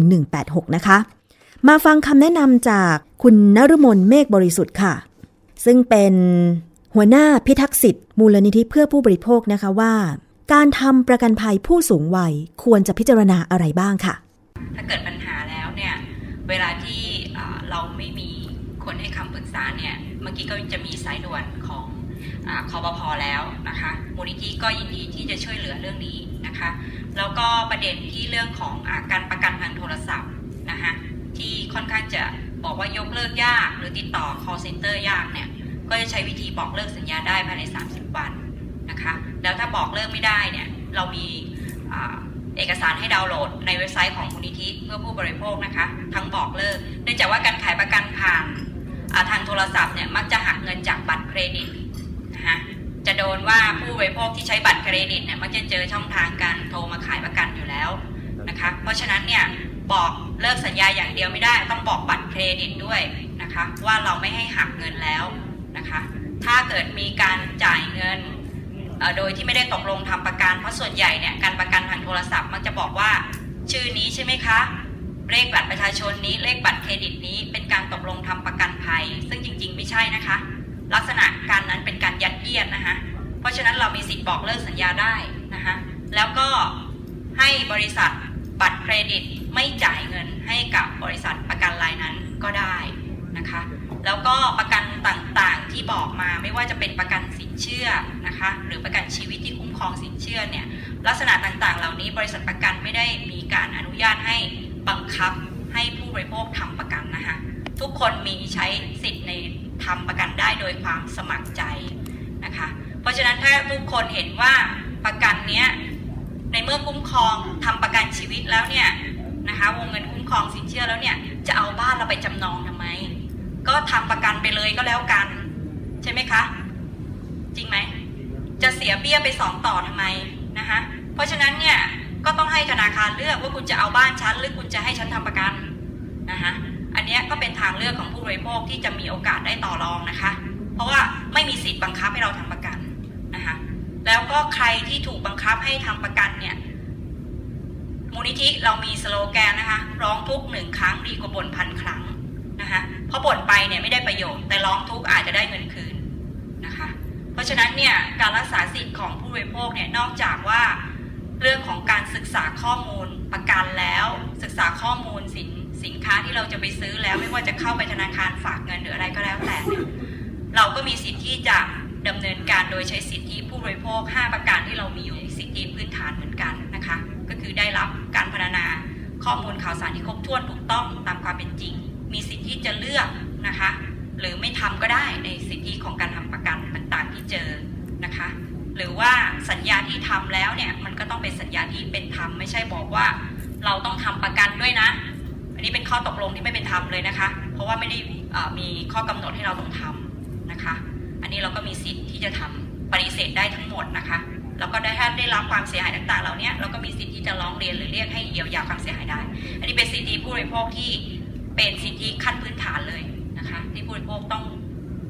S3: 1186นะคะมาฟังคำแนะนำจากคุณนฤมลเมฆบริสุทธิ์ค่ะซึ่งเป็นหัวหน้าพิทักษ์สิทธิ์มูลนิธิเพื่อผู้บริโภคนะคะว่าการทำประกันภัยผู้สูงวัยควรจะพิจารณาอะไรบ้างค่ะ
S5: ถ้าเกิดปัญหาแล้วเนี่ยเวลาที่เราไม่มีคนให้คำปรึกษาเนี่ยเมื่อกี้ก็จะมีสายด่วนของคปภ.แล้วนะคะมูลนิธิก็ยินดีที่จะช่วยเหลือเรื่องนี้นะคะแล้วก็ประเด็นที่เรื่องของการประกันทางโทรศัพท์นะคะที่ค่อนข้างจะบอกว่ายกเลิกยากหรือติดต่อ call center ยากเนี่ยก็จะใช้วิธีบอกเลิกสัญญาได้ภายใน30 วันนะคะแล้วถ้าบอกเลิกไม่ได้เนี่ยเรามีเอกสารให้ดาวน์โหลดในเว็บไซต์ของมูลนิธิเพื่อผู้บริโภคนะคะทั้งบอกเลิกเนื่องจากว่าการขายประกันผ่านทางโทรศัพท์เนี่ยมักจะหักเงินจากบัตรเครดิตนะคะจะโดนว่าผู้บริโภคที่ใช้บัตรเครดิตเนี่ยมักจะเจอช่องทางการโทรมาขายประกันอยู่แล้วนะคะเพราะฉะนั้นเนี่ยบอกเลิกสัญญาอย่างเดียวไม่ได้ต้องบอกบัตรเครดิตด้วยนะคะว่าเราไม่ให้หักเงินแล้วนะคะถ้าเกิดมีการจ่ายเงินโดยที่ไม่ได้ตกลงทำประกันเพราะส่วนใหญ่เนี่ยการประกันทางโทรศัพท์มักจะบอกว่าชื่อนี้ใช่ไหมคะเลขบัตรประชาชนนี้เลขบัตรเครดิตนี้เป็นการตกลงทำประกันภัยซึ่งจริงๆไม่ใช่นะคะลักษณะการนั้นเป็นการยัดเยียดนะคะเพราะฉะนั้นเรามีสิทธิ์บอกเลิกสัญญาได้นะคะแล้วก็ให้บริษัทบัตรเครดิตไม่จ่ายเงินให้กับบริษัทประกันรายนั้นก็ได้นะคะแล้วก็ประกันต่างๆที่บอกมาไม่ว่าจะเป็นประกันสินเชื่อนะคะหรือประกันชีวิตที่คุ้มครองสินเชื่อเนี่ยลักษณะต่างๆเหล่านี้บริษัทประกันไม่ได้มีการอนุญาตให้บังคับให้ผู้บริโภคทำประกันนะคะทุกคนมีใช้สิทธิ์ในทำประกันได้โดยความสมัครใจนะคะเพราะฉะนั้นถ้าทุกคนเห็นว่าประกันเนี้ยในเมื่อคุ้มครองทำประกันชีวิตแล้วเนี่ยนะคะวงเงินคุ้มครองสินเชื่อแล้วเนี่ยจะเอาบ้านเราไปจำนองทำไมก็ทำประกันไปเลยก็แล้วกันใช่ไหมคะจริงไหมจะเสียเบี้ยไป2ต่อทำไมนะคะเพราะฉะนั้นเนี่ยก็ต้องให้ธนาคารเลือกว่าคุณจะเอาบ้านฉันหรือคุณจะให้ฉันทำประกันนะคะอันนี้ก็เป็นทางเลือกของผู้บริโภคที่จะมีโอกาสได้ต่อรองนะคะเพราะว่าไม่มีสิทธิ์บังคับให้เราทำประกันนะคะแล้วก็ใครที่ถูกบังคับให้ทำประกันเนี่ยมูลนิธิเรามีสโลแกนนะคะร้องทุกข์1 ครั้งดีกว่าบ่น1,000 ครั้งนะคะเพราะบ่นไปเนี่ยไม่ได้ประโยชน์แต่ร้องทุกข์อาจจะได้เงินคืนนะคะเพราะฉะนั้นเนี่ยการรักษาสิทธิ์ของผู้บริโภคเนี่ยนอกจากว่าเรื่องของการศึกษาข้อมูลประกันแล้วศึกษาข้อมูลสินค้าที่เราจะไปซื้อแล้วไม่ว่าจะเข้าไปธนาคารฝากเงินหรืออะไรก็แล้วแต่เนี่ยเราก็มีสิทธิ์ที่จะดำเนินการโดยใช้สิทธิผู้บริโภค5ประการที่เรามีอยู่ในสิทธิพื้นฐานเหมือนกันนะคะก็คือได้รับการพรรณนาข้อมูลข่าวสารที่ครบถ้วนถูกต้องตามความเป็นจริงมีสิทธิที่จะเลือกนะคะหรือไม่ทำก็ได้ในสิทธิของการทำประกันต่างๆที่เจอนะคะหรือว่าสัญญาที่ทำแล้วเนี่ยมันก็ต้องเป็นสัญญาที่เป็นธรรมไม่ใช่บอกว่าเราต้องทำประกันด้วยนะอันนี้เป็นข้อตกลงที่ไม่เป็นธรรมเลยนะคะเพราะว่าไม่ได้มีข้อกำหนดให้เราต้องทำนะคะอันนี้เราก็มีสิทธิ์ที่จะทำปฏิเสธได้ทั้งหมดนะคะแล้วก็ได้รับความเสียหายต่างๆเหล่านี้เราก็มีสิทธิ์ที่จะร้องเรียนหรือเรียกให้เยียวยาความเสียหายได้อันนี้เป็นสิทธิผู้บริโภคที่เป็นสิทธิขั้นพื้นฐานเลยนะคะที่ผู้บริโภคต้อง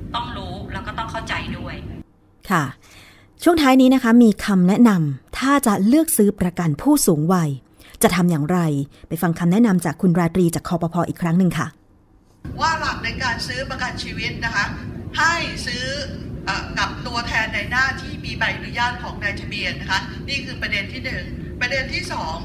S5: ต้องรู้แล้วก็ต้องเข้าใจด้วย
S3: ค่ะช่วงท้ายนี้นะคะมีคำแนะนำถ้าจะเลือกซื้อประกันผู้สูงวัยจะทำอย่างไรไปฟังคำแนะนำจากคุณราตรีจากคปภ.อีกครั้งหนึ่งค่ะ
S4: ว่าหลักในการซื้อประกันชีวิตนะคะให้ซื้อกับตัวแทนในหน้าที่มีใบอนุญาตของนายทะเบียนนะคะนี่คือประเด็นที่1ประเด็นที่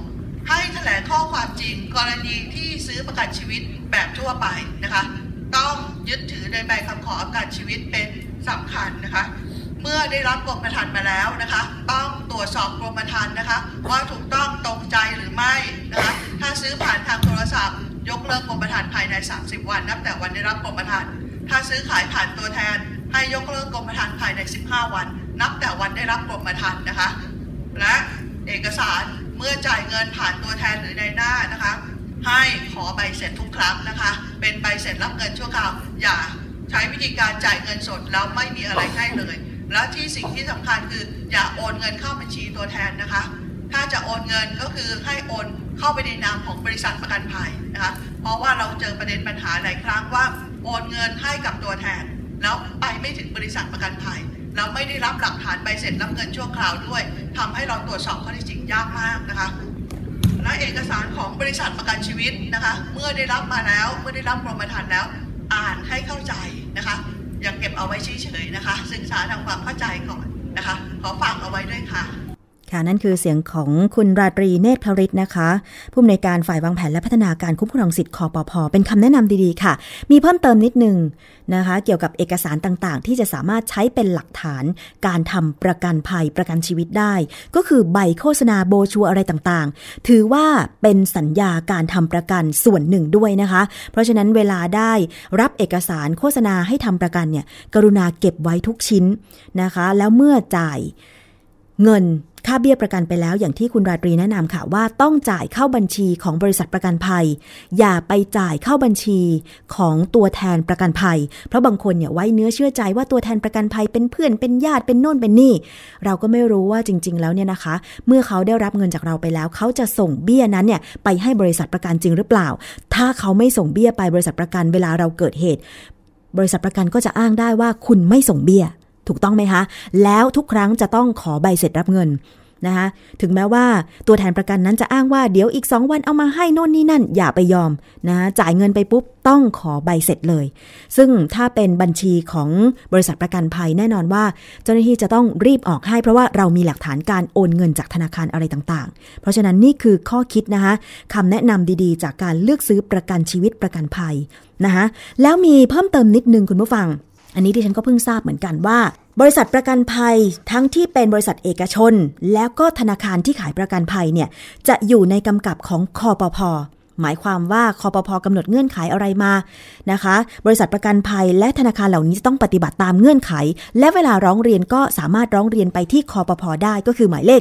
S4: 2ให้แถลงข้อความจริงกรณีที่ซื้อประกันชีวิตแบบทั่วไปนะคะต้องยึดถือในใบคำขอประกันชีวิตเป็นสำคัญนะคะเมื่อได้รับกรมธรรม์มาแล้วนะคะต้องตรวจสอบกรมธรรม์นะคะว่าถูกต้องตรงใจหรือไม่นะคะถ้าซื้อผ่านทางโทรศัพท์ยกเลิกกรมธรรม์ภายใน30วันนับแต่วันได้รับกรมธรรม์ถ้าซื้อขายผ่านตัวแทนให้ยกเลิกกรมธรรม์ภายใน15วันนับแต่วันได้รับกรมธรรม์นะคะและเอกสารเมื่อจ่ายเงินผ่านตัวแทนหรือในหน้านะคะให้ขอใบเสร็จทุกครั้งนะคะเป็นใบเสร็จรับเงินชั่วคราวอย่าใช้วิธีการจ่ายเงินสดแล้วไม่มีอะไรให้เลยและที่สิ่งที่สำคัญคืออย่าโอนเงินเข้าบัญชีตัวแทนนะคะถ้าจะโอนเงินก็คือให้โอนเข้าไปในนามของบริษัทประกันภัยนะคะเพราะว่าเราเจอประเด็นปัญหาหลายครั้งว่าโอนเงินให้กับตัวแทนแล้วไปไม่ถึงบริษัทประกันภัยแล้วไม่ได้รับหลักฐานใบเสร็จรับเงินชั่วคราวด้วยทำให้เราตรวจสอบข้อเท็จจริงยากมากนะคะและเอกสารของบริษัทประกันชีวิตนะคะเมื่อได้รับมาแล้วเมื่อได้รับกรมธรรม์แล้วอ่านให้เข้าใจนะคะอย่าเก็บเอาไว้เฉยๆนะคะศึกษาทำความเข้าใจก่อนนะคะขอฝากเอาไว้ด้วยค่ะ
S3: ค่ะนั่นคือเสียงของคุณราตรีเนตรภริตนะคะผู้อำนวยการฝ่ายวางแผนและพัฒนาการคุ้มครองสิทธิ์คปภ.เป็นคำแนะนำดีๆค่ะมีเพิ่มเติมนิดนึงนะคะเกี่ยวกับเอกสารต่างๆที่จะสามารถใช้เป็นหลักฐานการทำประกันภัยประกันชีวิตได้ก็คือใบโฆษณาโบรชัวร์อะไรต่างๆถือว่าเป็นสัญญาการทำประกันส่วนหนึ่งด้วยนะคะเพราะฉะนั้นเวลาได้รับเอกสารโฆษณาให้ทำประกันเนี่ยกรุณาเก็บไว้ทุกชิ้นนะคะแล้วเมื่อจ่ายเงินค่าเบี้ยประกันไปแล้วอย่างที่คุณราตรีแนะนำค่ะว่าต้องจ่ายเข้าบัญชีของบริษัทประกันภัยอย่าไปจ่ายเข้าบัญชีของตัวแทนประกันภัยเพราะบางคนเนี่ยไว้เนื้อเชื่อใจว่าตัวแทนประกันภัยเป็นเพื่อนเป็นญาติเป็นโน่นเป็นนี่เราก็ไม่รู้ว่าจริงๆแล้วเนี่ยนะคะเมื่อเขาได้รับเงินจากเราไปแล้วเขาจะส่งเบี้ยนั้นเนี่ยไปให้บริษัทประกันจริงหรือเปล่าถ้าเขาไม่ส่งเบี้ยไปบริษัทประกันเวลาเราเกิดเหตุบริษัทประกันก็จะอ้างได้ว่าคุณไม่ส่งเบี้ยถูกต้องไหมคะแล้วทุกครั้งจะต้องขอใบเสร็จรับเงินนะคะถึงแม้ว่าตัวแทนประกันนั้นจะอ้างว่าเดี๋ยวอีก2วันเอามาให้โน่นนี่นั่นอย่าไปยอมนะจ่ายเงินไปปุ๊บต้องขอใบเสร็จเลยซึ่งถ้าเป็นบัญชีของบริษัทประกันภัยแน่นอนว่าเจ้าหน้าที่จะต้องรีบออกให้เพราะว่าเรามีหลักฐานการโอนเงินจากธนาคารอะไรต่างๆเพราะฉะนั้นนี่คือข้อคิดนะคะคำแนะนำดีๆจากการเลือกซื้อประกันชีวิตประกันภัยนะคะแล้วมีเพิ่มเติมนิดนึงคุณผู้ฟังอันนี้ดิฉันก็เพิ่งทราบเหมือนกันว่าบริษัทประกันภัยทั้งที่เป็นบริษัทเอกชนแล้วก็ธนาคารที่ขายประกันภัยเนี่ยจะอยู่ในกำกับของคปภ.หมายความว่าคปภ.กำหนดเงื่อนไขอะไรมานะคะบริษัทประกันภัยและธนาคารเหล่านี้จะต้องปฏิบัติตามเงื่อนไขและเวลาร้องเรียนก็สามารถร้องเรียนไปที่คปภ.ได้ก็คือหมายเลข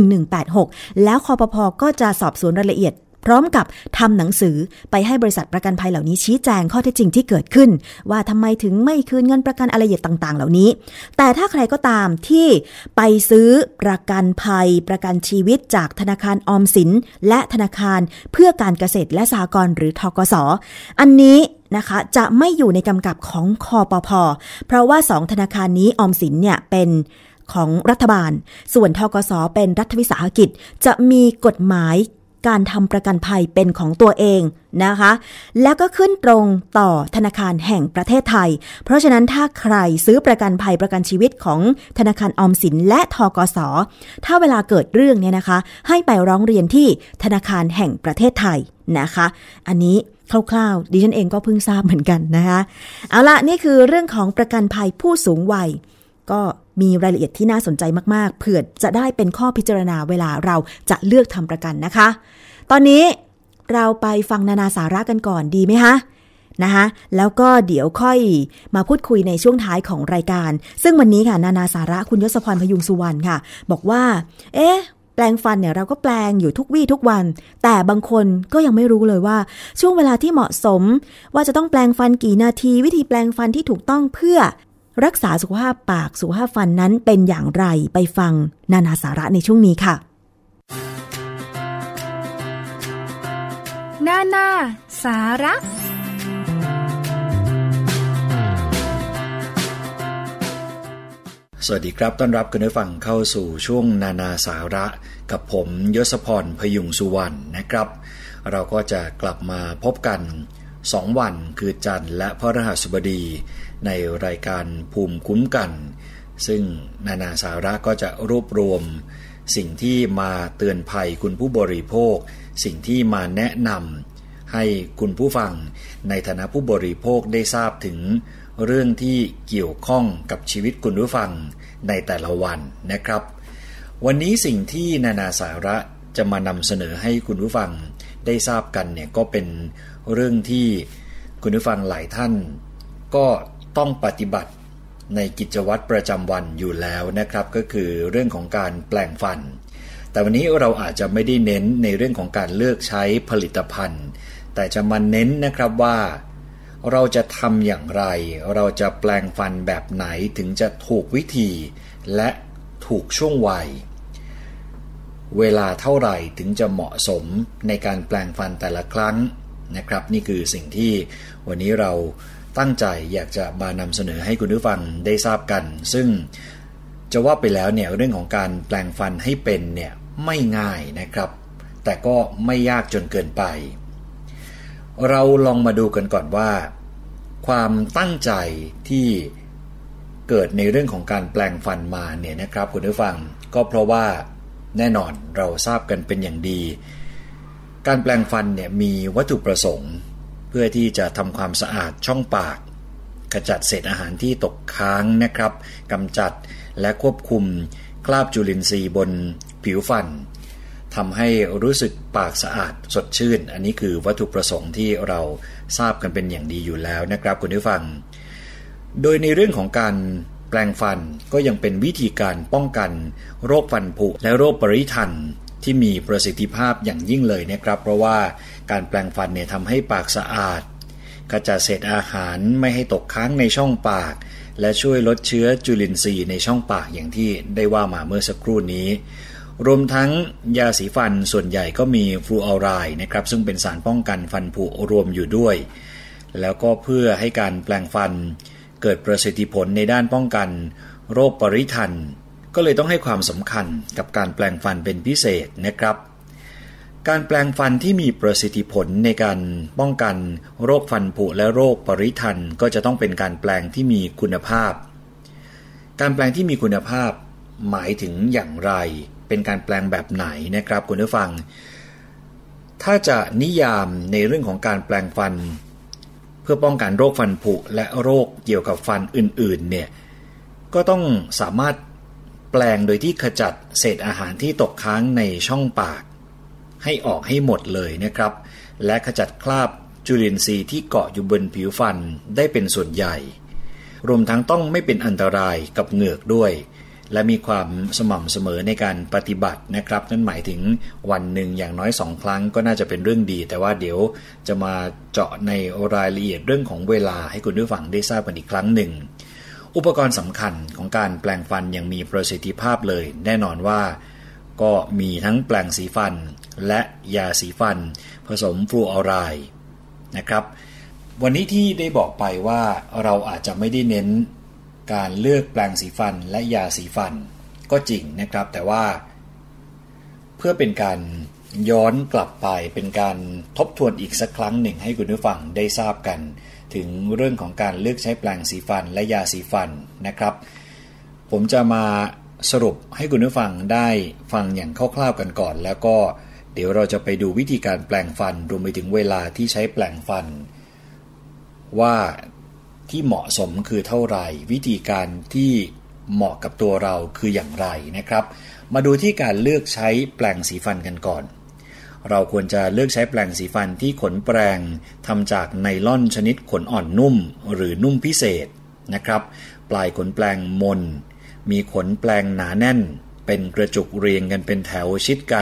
S3: 1186แล้วคปภ.ก็จะสอบสวนรายละเอียดพร้อมกับทำหนังสือไปให้บริษัทประกันภัยเหล่านี้ชี้แจงข้อเท็จจริงที่เกิดขึ้นว่าทำไมถึงไม่คืนเงินประกันอะไรต่างๆเหล่านี้แต่ถ้าใครก็ตามที่ไปซื้อประกันภัยประกันชีวิตจากธนาคารออมสินและธนาคารเพื่อการเกษตรและสหกรณ์หรือธกส.อันนี้นะคะจะไม่อยู่ในกำกับของคปภ.เพราะว่า2ธนาคารนี้ออมสินเนี่ยเป็นของรัฐบาลส่วนธกส.เป็นรัฐวิสาหกิจจะมีกฎหมายการทำประกันภัยเป็นของตัวเองนะคะแล้วก็ขึ้นตรงต่อธนาคารแห่งประเทศไทยเพราะฉะนั้นถ้าใครซื้อประกันภัยประกันชีวิตของธนาคารออมสินและธกส.ถ้าเวลาเกิดเรื่องเนี่ยนะคะให้ไปร้องเรียนที่ธนาคารแห่งประเทศไทยนะคะอันนี้คร่าวๆดิฉันเองก็เพิ่งทราบเหมือนกันนะคะเอาละนี่คือเรื่องของประกันภัยผู้สูงวัยก็มีรายละเอียดที่น่าสนใจมากๆเผื่อจะได้เป็นข้อพิจารณาเวลาเราจะเลือกทำประกันนะคะตอนนี้เราไปฟังนานาสาระกันก่อนดีไหมคะนะคะแล้วก็เดี๋ยวค่อยมาพูดคุยในช่วงท้ายของรายการซึ่งวันนี้ค่ะนานาสาระคุณยศพรพยุงสุวรรณค่ะบอกว่าแปลงฟันเนี่ยเราก็แปลงอยู่ทุกวี่ทุกวันแต่บางคนก็ยังไม่รู้เลยว่าช่วงเวลาที่เหมาะสมว่าจะต้องแปลงฟันกี่นาทีวิธีแปลงฟันที่ถูกต้องเพื่อรักษาสุขภาพปากสุขภาพฟันนั้นเป็นอย่างไรไปฟังนานาสาระในช่วงนี้ค่ะ
S1: นานาสาระ
S7: สวัสดีครับต้อนรับคุณผู้ฟังเข้าสู่ช่วงนานาสาระกับผมยศพรพยุงสุวรรณนะครับเราก็จะกลับมาพบกัน2วันคือจันทร์และพฤหัสบดีในรายการภูมิคุ้มกันซึ่งนานาสาระก็จะรวบรวมสิ่งที่มาเตือนภัยคุณผู้บริโภคสิ่งที่มาแนะนำให้คุณผู้ฟังในฐานะผู้บริโภคได้ทราบถึงเรื่องที่เกี่ยวข้องกับชีวิตคุณผู้ฟังในแต่ละวันนะครับวันนี้สิ่งที่นานาสาระจะมานำเสนอให้คุณผู้ฟังได้ทราบกันเนี่ยก็เป็นเรื่องที่คุณผู้ฟังหลายท่านก็ต้องปฏิบัติในกิจวัตรประจำวันอยู่แล้วนะครับก็คือเรื่องของการแปรงฟันแต่วันนี้เราอาจจะไม่ได้เน้นในเรื่องของการเลือกใช้ผลิตภัณฑ์แต่จะมาเน้นนะครับว่าเราจะทำอย่างไรเราจะแปรงฟันแบบไหนถึงจะถูกวิธีและถูกช่วงวัยเวลาเท่าไหร่ถึงจะเหมาะสมในการแปรงฟันแต่ละครั้งนะครับนี่คือสิ่งที่วันนี้เราตั้งใจอยากจะมานำเสนอให้คุณผู้ฟังได้ทราบกันซึ่งจะว่าไปแล้วเนี่ยเรื่องของการแปรงฟันให้เป็นเนี่ยไม่ง่ายนะครับแต่ก็ไม่ยากจนเกินไปเราลองมาดูกันก่อนว่าความตั้งใจที่เกิดในเรื่องของการแปรงฟันมาเนี่ยนะครับคุณผู้ฟังก็เพราะว่าแน่นอนเราทราบกันเป็นอย่างดีการแปรงฟันเนี่ยมีวัตถุประสงค์เพื่อที่จะทำความสะอาดช่องปากขจัดเศษอาหารที่ตกค้างนะครับกำจัดและควบคุมคราบจุลินทรีย์บนผิวฟันทำให้รู้สึกปากสะอาดสดชื่นอันนี้คือวัตถุประสงค์ที่เราทราบกันเป็นอย่างดีอยู่แล้วนะครับคุณผู้ฟังโดยในเรื่องของการแปรงฟันก็ยังเป็นวิธีการป้องกันโรคฟันผุและโรคปริทันที่มีประสิทธิภาพอย่างยิ่งเลยนะครับเพราะว่าการแปรงฟันเนี่ยทำให้ปากสะอาดขจัดเศษอาหารไม่ให้ตกค้างในช่องปากและช่วยลดเชื้อจุลินทรีย์ในช่องปากอย่างที่ได้ว่ามาเมื่อสักครู่นี้รวมทั้งยาสีฟันส่วนใหญ่ก็มีฟลูออไรด์นะครับซึ่งเป็นสารป้องกันฟันผุรวมอยู่ด้วยแล้วก็เพื่อให้การแปรงฟันเกิดประสิทธิผลในด้านป้องกันโรคปริทันก็เลยต้องให้ความสำคัญกับการแปรงฟันเป็นพิเศษนะครับการแปรงฟันที่มีประสิทธิผลในการป้องกันโรคฟันผุและโรคปริทันก็จะต้องเป็นการแปรงที่มีคุณภาพการแปรงที่มีคุณภาพหมายถึงอย่างไรเป็นการแปลงแบบไหนนะครับคุณผู้ฟังถ้าจะนิยามในเรื่องของการแปลงฟันเพื่อป้องกันโรคฟันผุและโรคเกี่ยวกับฟันอื่นๆเนี่ยก็ต้องสามารถแปลงโดยที่ขจัดเศษอาหารที่ตกค้างในช่องปากให้ออกให้หมดเลยนะครับและขจัดคราบจุลินทรีย์ที่เกาะอยู่บนผิวฟันได้เป็นส่วนใหญ่รวมทั้งต้องไม่เป็นอันตรายกับเหงือกด้วยและมีความสม่ำเสมอในการปฏิบัตินะครับนั่นหมายถึงวันหนึ่งอย่างน้อย2ครั้งก็น่าจะเป็นเรื่องดีแต่ว่าเดี๋ยวจะมาเจาะในรายละเอียดเรื่องของเวลาให้คุณผู้ฟังได้ทราบกันอีกครั้งหนึ่งอุปกรณ์สำคัญของการแปรงฟันอย่างมีประสิทธิภาพเลยแน่นอนว่าก็มีทั้งแปรงสีฟันและยาสีฟันผสมฟลูออไรด์นะครับวันนี้ที่ได้บอกไปว่าเราอาจจะไม่ได้เน้นการเลือกแปรงสีฟันและยาสีฟันก็จริงนะครับแต่ว่าเพื่อเป็นการย้อนกลับไปเป็นการทบทวนอีกสักครั้งหนึ่งให้คุณผู้ฟังได้ทราบกันถึงเรื่องของการเลือกใช้แปรงสีฟันและยาสีฟันนะครับผมจะมาสรุปให้คุณผู้ฟังได้ฟังอย่างคร่าวๆกันก่อนแล้วก็เดี๋ยวเราจะไปดูวิธีการแปรงฟันรวมไปถึงเวลาที่ใช้แปรงฟันว่าที่เหมาะสมคือเท่าไหร่วิธีการที่เหมาะกับตัวเราคืออย่างไรนะครับมาดูที่การเลือกใช้แปรงสีฟันกันก่อนเราควรจะเลือกใช้แปรงสีฟันที่ขนแปรงทำจากไนลอนชนิดขนอ่อนนุ่มหรือนุ่มพิเศษนะครับปลายขนแปรงมนมีขนแปรงหนาแน่นเป็นกระจุกเรียงกันเป็นแถวชิดกัน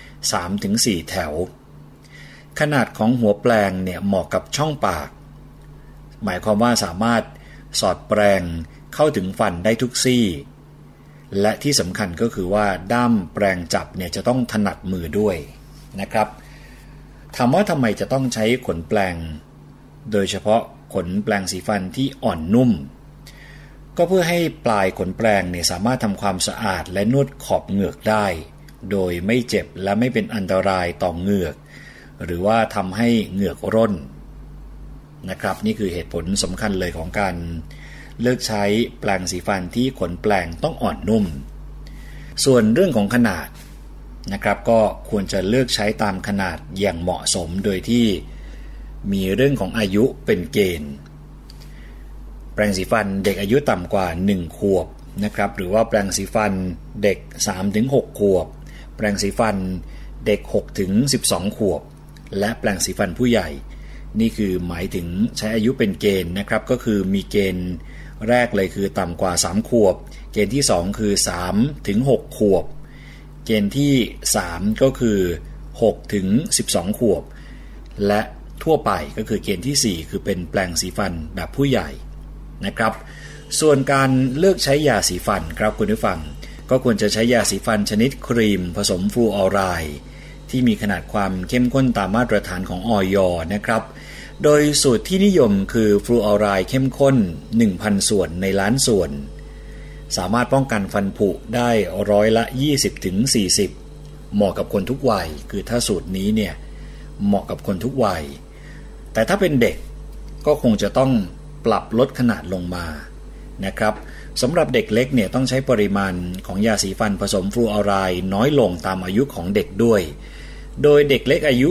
S7: 3-4 แถวขนาดของหัวแปรงเนี่ยเหมาะกับช่องปากหมายความว่าสามารถสอดแปรงเข้าถึงฟันได้ทุกซี่และที่สำคัญก็คือว่าด้ามแปรงจับเนี่ยจะต้องถนัดมือด้วยนะครับถามว่าทำไมจะต้องใช้ขนแปรงโดยเฉพาะขนแปรงสีฟันที่อ่อนนุ่มก็เพื่อให้ปลายขนแปรงเนี่ยสามารถทำความสะอาดและนวดขอบเหงือกได้โดยไม่เจ็บและไม่เป็นอันตรายต่อเหงือกหรือว่าทำให้เหงือกร่นนะครับนี่คือเหตุผลสำคัญเลยของการเลือกใช้แปรงสีฟันที่ขนแปรงต้องอ่อนนุ่มส่วนเรื่องของขนาดนะครับก็ควรจะเลือกใช้ตามขนาดอย่างเหมาะสมโดยที่มีเรื่องของอายุเป็นเกณฑ์แปรงสีฟันเด็กอายุต่ำกว่า1ขวบนะครับหรือว่าแปรงสีฟันเด็ก 3-6 ขวบแปรงสีฟันเด็ก 6-12 ขวบและแปรงสีฟันผู้ใหญ่นี่คือหมายถึงใช้อายุเป็นเกณฑ์นะครับก็คือมีเกณฑ์แรกเลยคือต่ำกว่า3ขวบเกณฑ์ที่2คือ 3-6 ขวบเกณฑ์ที่3ก็คือ 6-12 ขวบและทั่วไปก็คือเกณฑ์ที่4คือเป็นแปรงสีฟันแบบผู้ใหญ่นะครับส่วนการเลือกใช้ยาสีฟันครับคุณผู้ฟังก็ควรจะใช้ยาสีฟันชนิดครีมผสมฟลูออไรด์ที่มีขนาดความเข้มข้นตามมาตรฐานของอย.นะครับโดยสูตรที่นิยมคือฟลูออไรด์เข้มข้น 1,000 ส่วนในล้านส่วนสามารถป้องกันฟันผุได้20-40%เหมาะกับคนทุกวัยคือถ้าสูตรนี้เนี่ยเหมาะกับคนทุกวัยแต่ถ้าเป็นเด็กก็คงจะต้องปรับลดขนาดลงมานะครับสำหรับเด็กเล็กเนี่ยต้องใช้ปริมาณของยาสีฟันผสมฟลูออไรด์น้อยลงตามอายุของเด็กด้วยโดยเด็กเล็กอายุ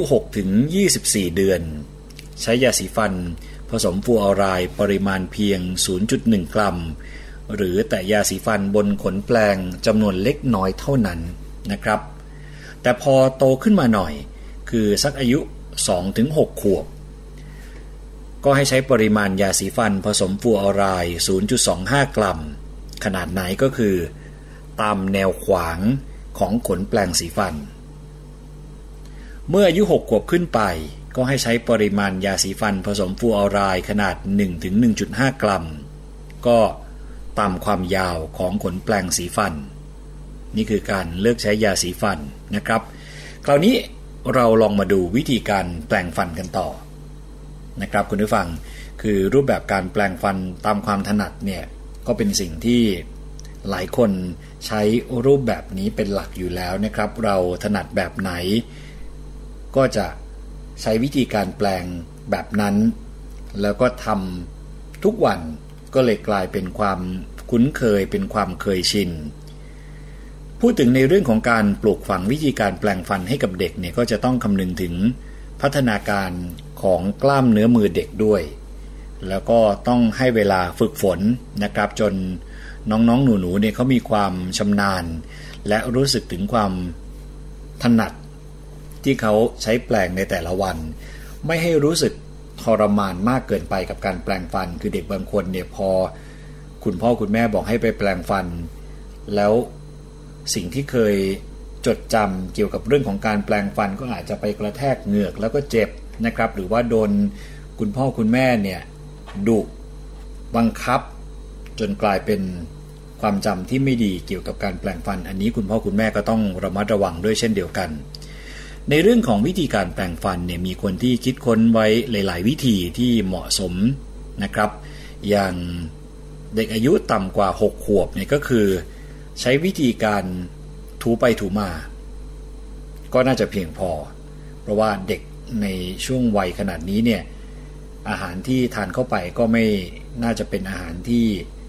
S7: 6-24 เดือนใช้ยาสีฟันผสมฟลูออไรด์ปริมาณเพียง 0.1 กรัมหรือแต่ยาสีฟันบนขนแปรงจำนวนเล็กน้อยเท่านั้นนะครับแต่พอโตขึ้นมาหน่อยคือสักอายุ 2-6 ขวบก็ให้ใช้ปริมาณยาสีฟันผสมฟลูออไรด์ 0.25 กรัมขนาดไหนก็คือตามแนวขวางของขนแปรงสีฟันเมื่ออายุ6ขวบขึ้นไปก็ให้ใช้ปริมาณยาสีฟันผสมฟลูออไรด์ขนาด 1-1.5 กรัมก็ตามความยาวของขนแปรงสีฟันนี่คือการเลือกใช้ยาสีฟันนะครับคราวนี้เราลองมาดูวิธีการแปรงฟันกันต่อนะครับคุณผู้ฟังคือรูปแบบการแปรงฟันตามความถนัดเนี่ยก็เป็นสิ่งที่หลายคนใช้รูปแบบนี้เป็นหลักอยู่แล้วนะครับเราถนัดแบบไหนก็จะใช้วิธีการแปลงแบบนั้นแล้วก็ทำทุกวันก็เลยกลายเป็นความคุ้นเคยเป็นความเคยชินพูดถึงในเรื่องของการปลูกฝังวิธีการแปลงฟันให้กับเด็กเนี่ยก็จะต้องคำนึงถึงพัฒนาการของกล้ามเนื้อมือเด็กด้วยแล้วก็ต้องให้เวลาฝึกฝนนะครับจนน้องๆหนูๆเนี่ยเขามีความชำนาญและรู้สึกถึงความถนัดที่เขาใช้แปลงในแต่ละวันไม่ให้รู้สึกทรมานมากเกินไปกับการแปลงฟันคือเด็กบางคนเนี่ยพอคุณพ่อคุณแม่บอกให้ไปแปลงฟันแล้วสิ่งที่เคยจดจำเกี่ยวกับเรื่องของการแปลงฟันก็อาจจะไปกระแทกเหงือกแล้วก็เจ็บนะครับหรือว่าโดนคุณพ่อคุณแม่เนี่ยดุบังคับจนกลายเป็นความจำที่ไม่ดีเกี่ยวกับการแปลงฟันอันนี้คุณพ่อคุณแม่ก็ต้องระมัดระวังด้วยเช่นเดียวกันในเรื่องของวิธีการแปลงฟันเนี่ยมีคนที่คิดค้นไว้หลายๆวิธีที่เหมาะสมนะครับอย่างเด็กอายุต่ำกว่า6ขวบเนี่ยก็คือใช้วิธีการถูไปถูมาก็น่าจะเพียงพอเพราะว่าเด็กในช่วงวัยขนาดนี้เนี่ยอาหารที่ทานเข้าไปก็ไม่น่าจะเป็นอาหารที่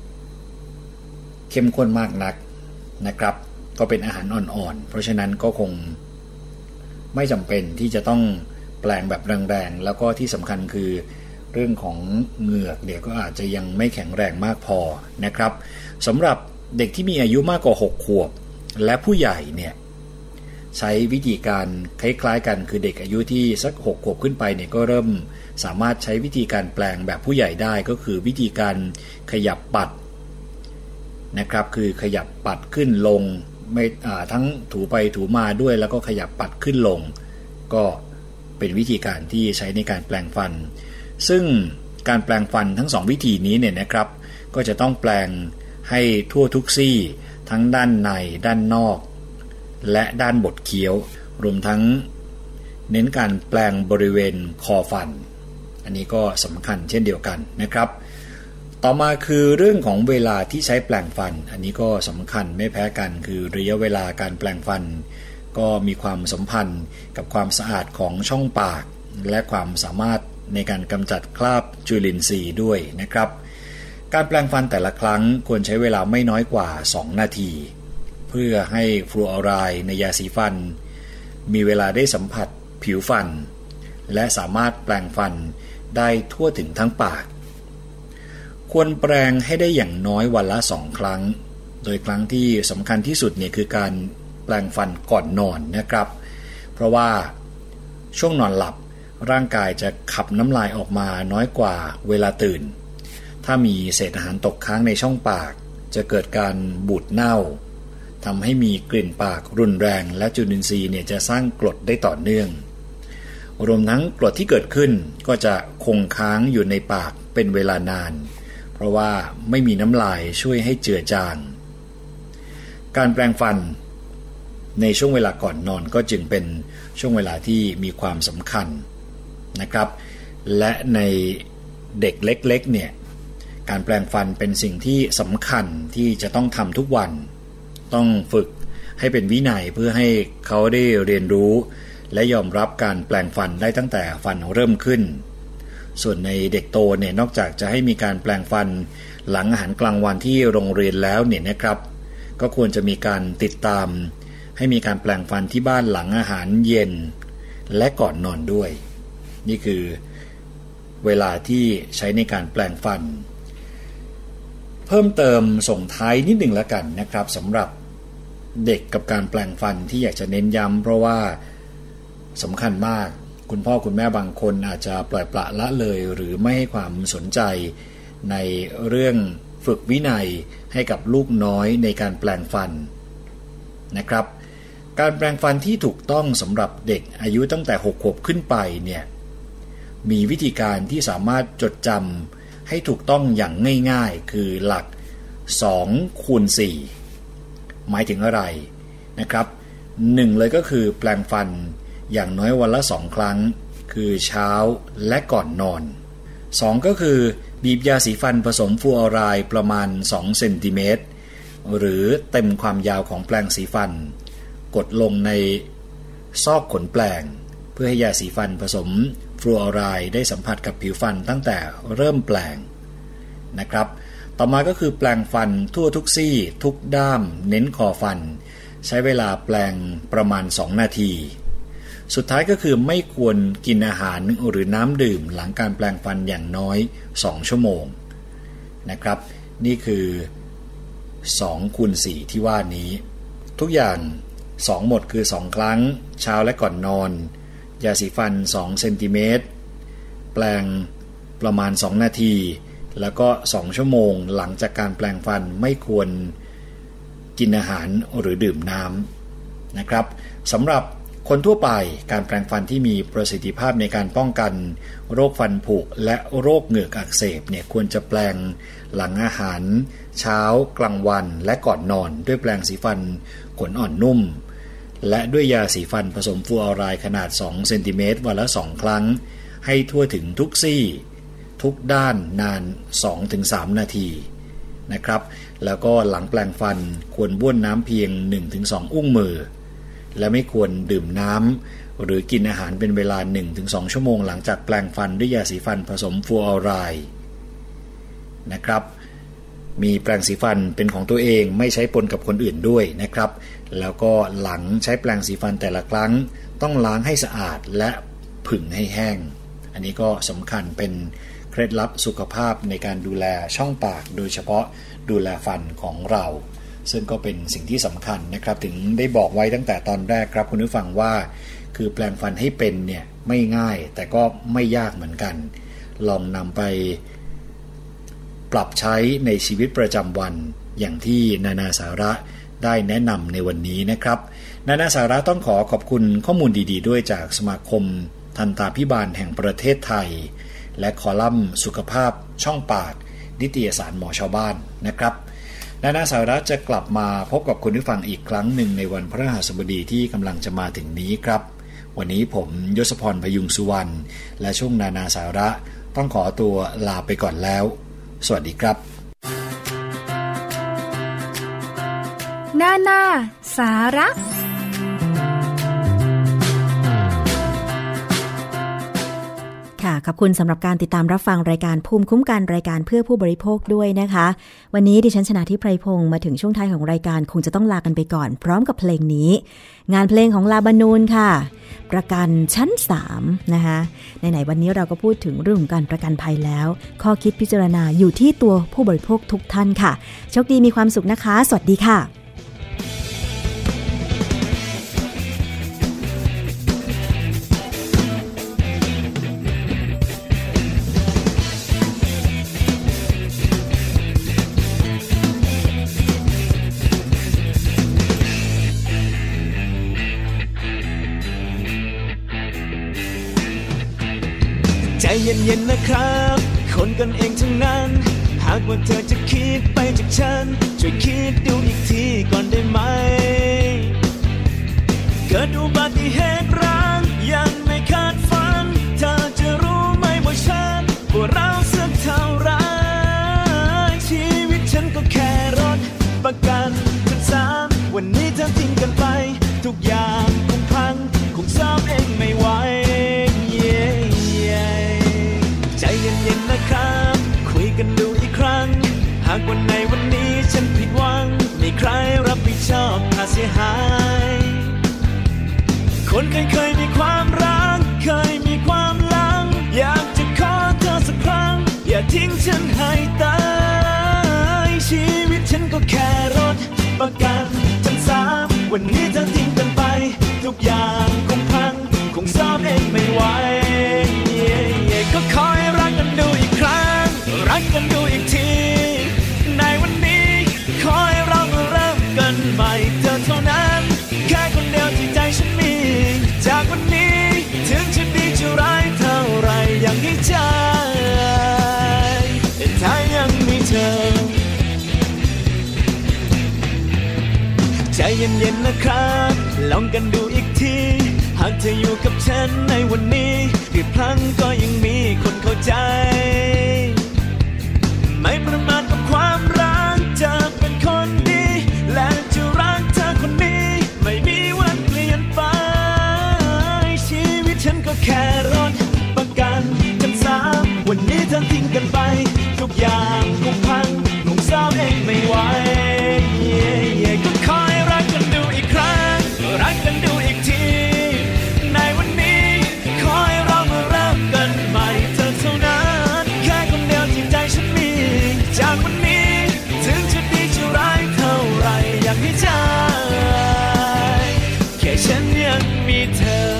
S7: เข้มข้นมากนักนะครับก็เป็นอาหารอ่อนๆเพราะฉะนั้นก็คงไม่จำเป็นที่จะต้องแปลงแบบแรงๆแล้วก็ที่สำคัญคือเรื่องของเหงือกเด็กก็อาจจะยังไม่แข็งแรงมากพอนะครับสำหรับเด็กที่มีอายุมากกว่า6ขวบและผู้ใหญ่เนี่ยใช้วิธีการคล้ายๆกันคือเด็กอายุที่สัก6ขวบขึ้นไปเนี่ยก็เริ่มสามารถใช้วิธีการแปลงแบบผู้ใหญ่ได้ก็คือวิธีการขยับปัดนะครับคือขยับปัดขึ้นลงไม่ทั้งถูไปถูมาด้วยแล้วก็ขยับปัดขึ้นลงก็เป็นวิธีการที่ใช้ในการแปลงฟันซึ่งการแปลงฟันทั้ง2วิธีนี้เนี่ยนะครับก็จะต้องแปลงให้ทั่วทุกซี่ทั้งด้านในด้านนอกและด้านบดเคี้ยวรวมทั้งเน้นการแปลงบริเวณคอฟันอันนี้ก็สำคัญเช่นเดียวกันนะครับต่อมาคือเรื่องของเวลาที่ใช้แปรงฟันอันนี้ก็สำคัญไม่แพ้กันคือระยะเวลาการแปรงฟันก็มีความสัมพันธ์กับความสะอาดของช่องปากและความสามารถในการกำจัดคราบจุลินทรีย์ด้วยนะครับการแปรงฟันแต่ละครั้งควรใช้เวลาไม่น้อยกว่า2นาทีเพื่อให้ฟลูออไรด์ในยาสีฟันมีเวลาได้สัมผัสผิวฟันและสามารถแปรงฟันได้ทั่วถึงทั้งปากควรแปรงให้ได้อย่างน้อยวันละ2ครั้งโดยครั้งที่สำคัญที่สุดเนี่ยคือการแปรงฟันก่อนนอนนะครับเพราะว่าช่วงนอนหลับร่างกายจะขับน้ำลายออกมาน้อยกว่าเวลาตื่นถ้ามีเศษอาหารตกค้างในช่องปากจะเกิดการบูดเน่าทำให้มีกลิ่นปากรุนแรงและจุลินทรีย์เนี่ยจะสร้างกรดได้ต่อเนื่องรวมทั้งกรดที่เกิดขึ้นก็จะคงค้างอยู่ในปากเป็นเวลานานเพราะว่าไม่มีน้ำลายช่วยให้เจือจางการแปรงฟันในช่วงเวลาก่อนนอนก็จึงเป็นช่วงเวลาที่มีความสำคัญนะครับและในเด็กเล็กๆเนี่ยการแปรงฟันเป็นสิ่งที่สำคัญที่จะต้องทำทุกวันต้องฝึกให้เป็นวินัยเพื่อให้เขาได้เรียนรู้และยอมรับการแปรงฟันได้ตั้งแต่ฟันเริ่มขึ้นส่วนในเด็กโตเนี่ยนอกจากจะให้มีการแปรงฟันหลังอาหารกลางวันที่โรงเรียนแล้วเนี่ยนะครับก็ควรจะมีการติดตามให้มีการแปรงฟันที่บ้านหลังอาหารเย็นและก่อนนอนด้วยนี่คือเวลาที่ใช้ในการแปรงฟันเพิ่มเติมส่งท้ายนิดหนึ่งแล้วกันนะครับสำหรับเด็กกับการแปรงฟันที่อยากจะเน้นย้ำเพราะว่าสำคัญมากคุณพ่อคุณแม่บางคนอาจจะปล่อยปละละเลยหรือไม่ให้ความสนใจในเรื่องฝึกวินัยให้กับลูกน้อยในการแปรงฟันนะครับการแปรงฟันที่ถูกต้องสำหรับเด็กอายุตั้งแต่6 ขวบขึ้นไปเนี่ยมีวิธีการที่สามารถจดจำให้ถูกต้องอย่างง่ายๆคือหลัก2 คูณ 4หมายถึงอะไรนะครับ1เลยก็คือแปรงฟันอย่างน้อยวันละ2 ครั้งคือเช้าและก่อนนอน2ก็คือบีบยาสีฟันผสมฟลูออไรด์ประมาณ2เซนติเมตรหรือเต็มความยาวของแปรงสีฟันกดลงในซอกขนแปรงเพื่อให้ยาสีฟันผสมฟลูออไรด์ได้สัมผัสกับผิวฟันตั้งแต่เริ่มแปรงนะครับต่อมาก็คือแปรงฟันทั่วทุกซี่ทุกด้ามเน้นคอฟันใช้เวลาแปรงประมาณ2 นาทีสุดท้ายก็คือไม่ควรกินอาหารหรือน้ำดื่มหลังการแปรงฟันอย่างน้อย2 ชั่วโมงนะครับนี่คือ2 คูณ 4ที่ว่านี้ทุกอย่าง2หมดคือ2 ครั้งเช้าและก่อนนอนยาสีฟัน2เซนติเมตรแปรงประมาณ2 นาทีแล้วก็2 ชั่วโมงหลังจากการแปรงฟันไม่ควรกินอาหารหรือดื่มน้ำนะครับสำหรับคนทั่วไปการแปรงฟันที่มีประสิทธิภาพในการป้องกันโรคฟันผุและโรคเหงือกอักเสบเนี่ยควรจะแปรงหลังอาหารเช้ากลางวันและก่อนนอนด้วยแปรงสีฟันขนอ่อนนุ่มและด้วยยาสีฟันผสมฟลูออไรด์ขนาด2เซนติเมตรวันละ2 ครั้งให้ทั่วถึงทุกซี่ทุกด้านนาน 2-3 นาทีนะครับแล้วก็หลังแปรงฟันควรบ้วนน้ำเพียง 1-2 อุ้งมือและไม่ควรดื่มน้ำหรือกินอาหารเป็นเวลา 1-2 ชั่วโมงหลังจากแปรงฟันด้วยยาสีฟันผสมฟลูออไรด์นะครับมีแปรงสีฟันเป็นของตัวเองไม่ใช้ปนกับคนอื่นด้วยนะครับแล้วก็หลังใช้แปรงสีฟันแต่ละครั้งต้องล้างให้สะอาดและผึ่งให้แห้งอันนี้ก็สำคัญเป็นเคล็ดลับสุขภาพในการดูแลช่องปากโดยเฉพาะดูแลฟันของเราซึ่งก็เป็นสิ่งที่สำคัญนะครับถึงได้บอกไว้ตั้งแต่ตอนแรกครับคุณผู้ฟังว่าคือแปรงฟันให้เป็นเนี่ยไม่ง่ายแต่ก็ไม่ยากเหมือนกันลองนำไปปรับใช้ในชีวิตประจำวันอย่างที่นานาสาระได้แนะนำในวันนี้นะครับนานาสาระต้องขอบคุณข้อมูลดีๆด้วยจากสมาคมทันตาภิบาลแห่งประเทศไทยและคอลัมน์สุขภาพช่องปากนิตยสารหมอชาวบ้านนะครับนานาสาระจะกลับมาพบกับคุณผู้ฟังอีกครั้งหนึ่งในวันพฤหัสบดีที่กำลังจะมาถึงนี้ครับวันนี้ผมยศพรพยุงสุวรรณและช่วงนานาสาระต้องขอตัวลาไปก่อนแล้วสวัสดีครับ
S1: นาสาระ
S3: ค่ะขอบคุณสำหรับการติดตามรับฟังรายการภูมิคุ้มกันรายการเพื่อผู้บริโภคด้วยนะคะวันนี้ดิฉันชนาธิไพรพงศ์มาถึงช่วงท้ายของรายการคงจะต้องลากันไปก่อนพร้อมกับเพลงนี้งานเพลงของลาบานูนค่ะประกันชั้น3นะคะไหนๆวันนี้เราก็พูดถึงเรื่องของการประกันภัยแล้วข้อคิดพิจารณาอยู่ที่ตัวผู้บริโภคทุกท่านค่ะโชคดีมีความสุขนะคะสวัสดีค่ะ
S2: ใจเย็นๆนะครับคนกันเองทั้งนั้นหากว่าเธอจะคิดไปจากฉันช่วยคิดดูอีกทีก่อนได้ไหมเกิดอุบัติเหตุร้ายยังไม่คาดฝันเธอจะรู้ไหมว่าฉันว่าเราสักเท่าไรชีวิตฉันก็แค่รถประกันชั้น3วันนี้เธอทิ้งกันไปทุกอย่างคงพังคงซ่อมเองไม่ไหวใจเย็นๆนะครับคุยกันดูอีกครั้งหากวันในวันนี้ฉันผิดหวังมีใครรับผิดชอบค่าเสียหายคนเคยมีความรักเคยมีความหลังอยากจะขอเธอสักครั้งอย่าทิ้งฉันให้ตายชีวิตฉันก็แค่รถประกันชั้น3วันนี้เธอทิ้งกันไปทุกอย่างคงพังคงซ่อมเองไม่ไหวก็ขอให้รักกันดูอีกครั้งรักกันดูอีกทีในวันนี้ขอให้เรามาเริ่มกันใหม่เธอเท่านั้นแค่คนเดียวที่ใจฉันมีจากวันนี้ถึงจะดีจะร้ายเท่าไรยังให้ใจแต่ถ้ายังมีเธอใจเย็นๆนะครับลองกันดูอีกทีหากเธออยู่กับฉันในวันนี้กี่ครั้งก็ยังมีคนเข้าใจไม่ประมาทกับความรักจะเป็นคนดีและจะรักเธอคนนี้ไม่มีวันเปลี่ยนไปชีวิตฉันก็แค่รถประกันชั้น3วันนี้เธอทิ้งกันไปทุกอย่างคงพังคงซ่อมเองไม่ไหวก็ขอให้รักกันดูอีกครั้งรักกันดูอีกทีในวันนี้ขอให้เรามาเริ่มกันใหม่เธอเท่านั้นแค่คนเดียวที่ใจฉันมีจากวันนี้ถึงจะดีจะร้ายเท่าไรอยากให้ใจแค่ฉันยังมีเธอ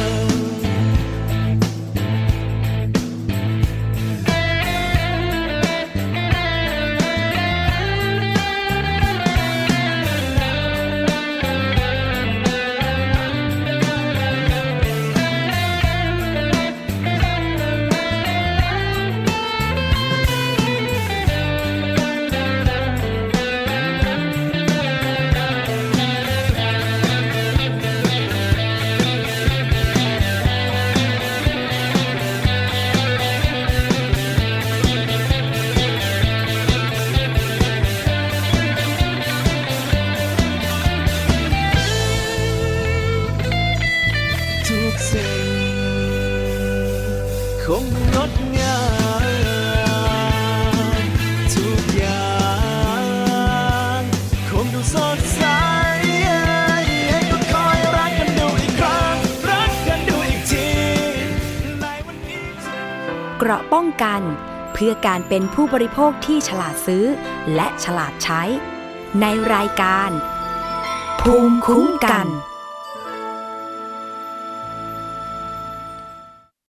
S2: คงงดงามทุกอย่างคงดูสดใสก็คอยรักกันดูอีกครั้งรักกันดูอีกทีในวันนี้
S1: เกราะป้องกันเพื่อการเป็นผู้บริโภคที่ฉลาดซื้อและฉลาดใช้ในรายการภูมิคุ้มกัน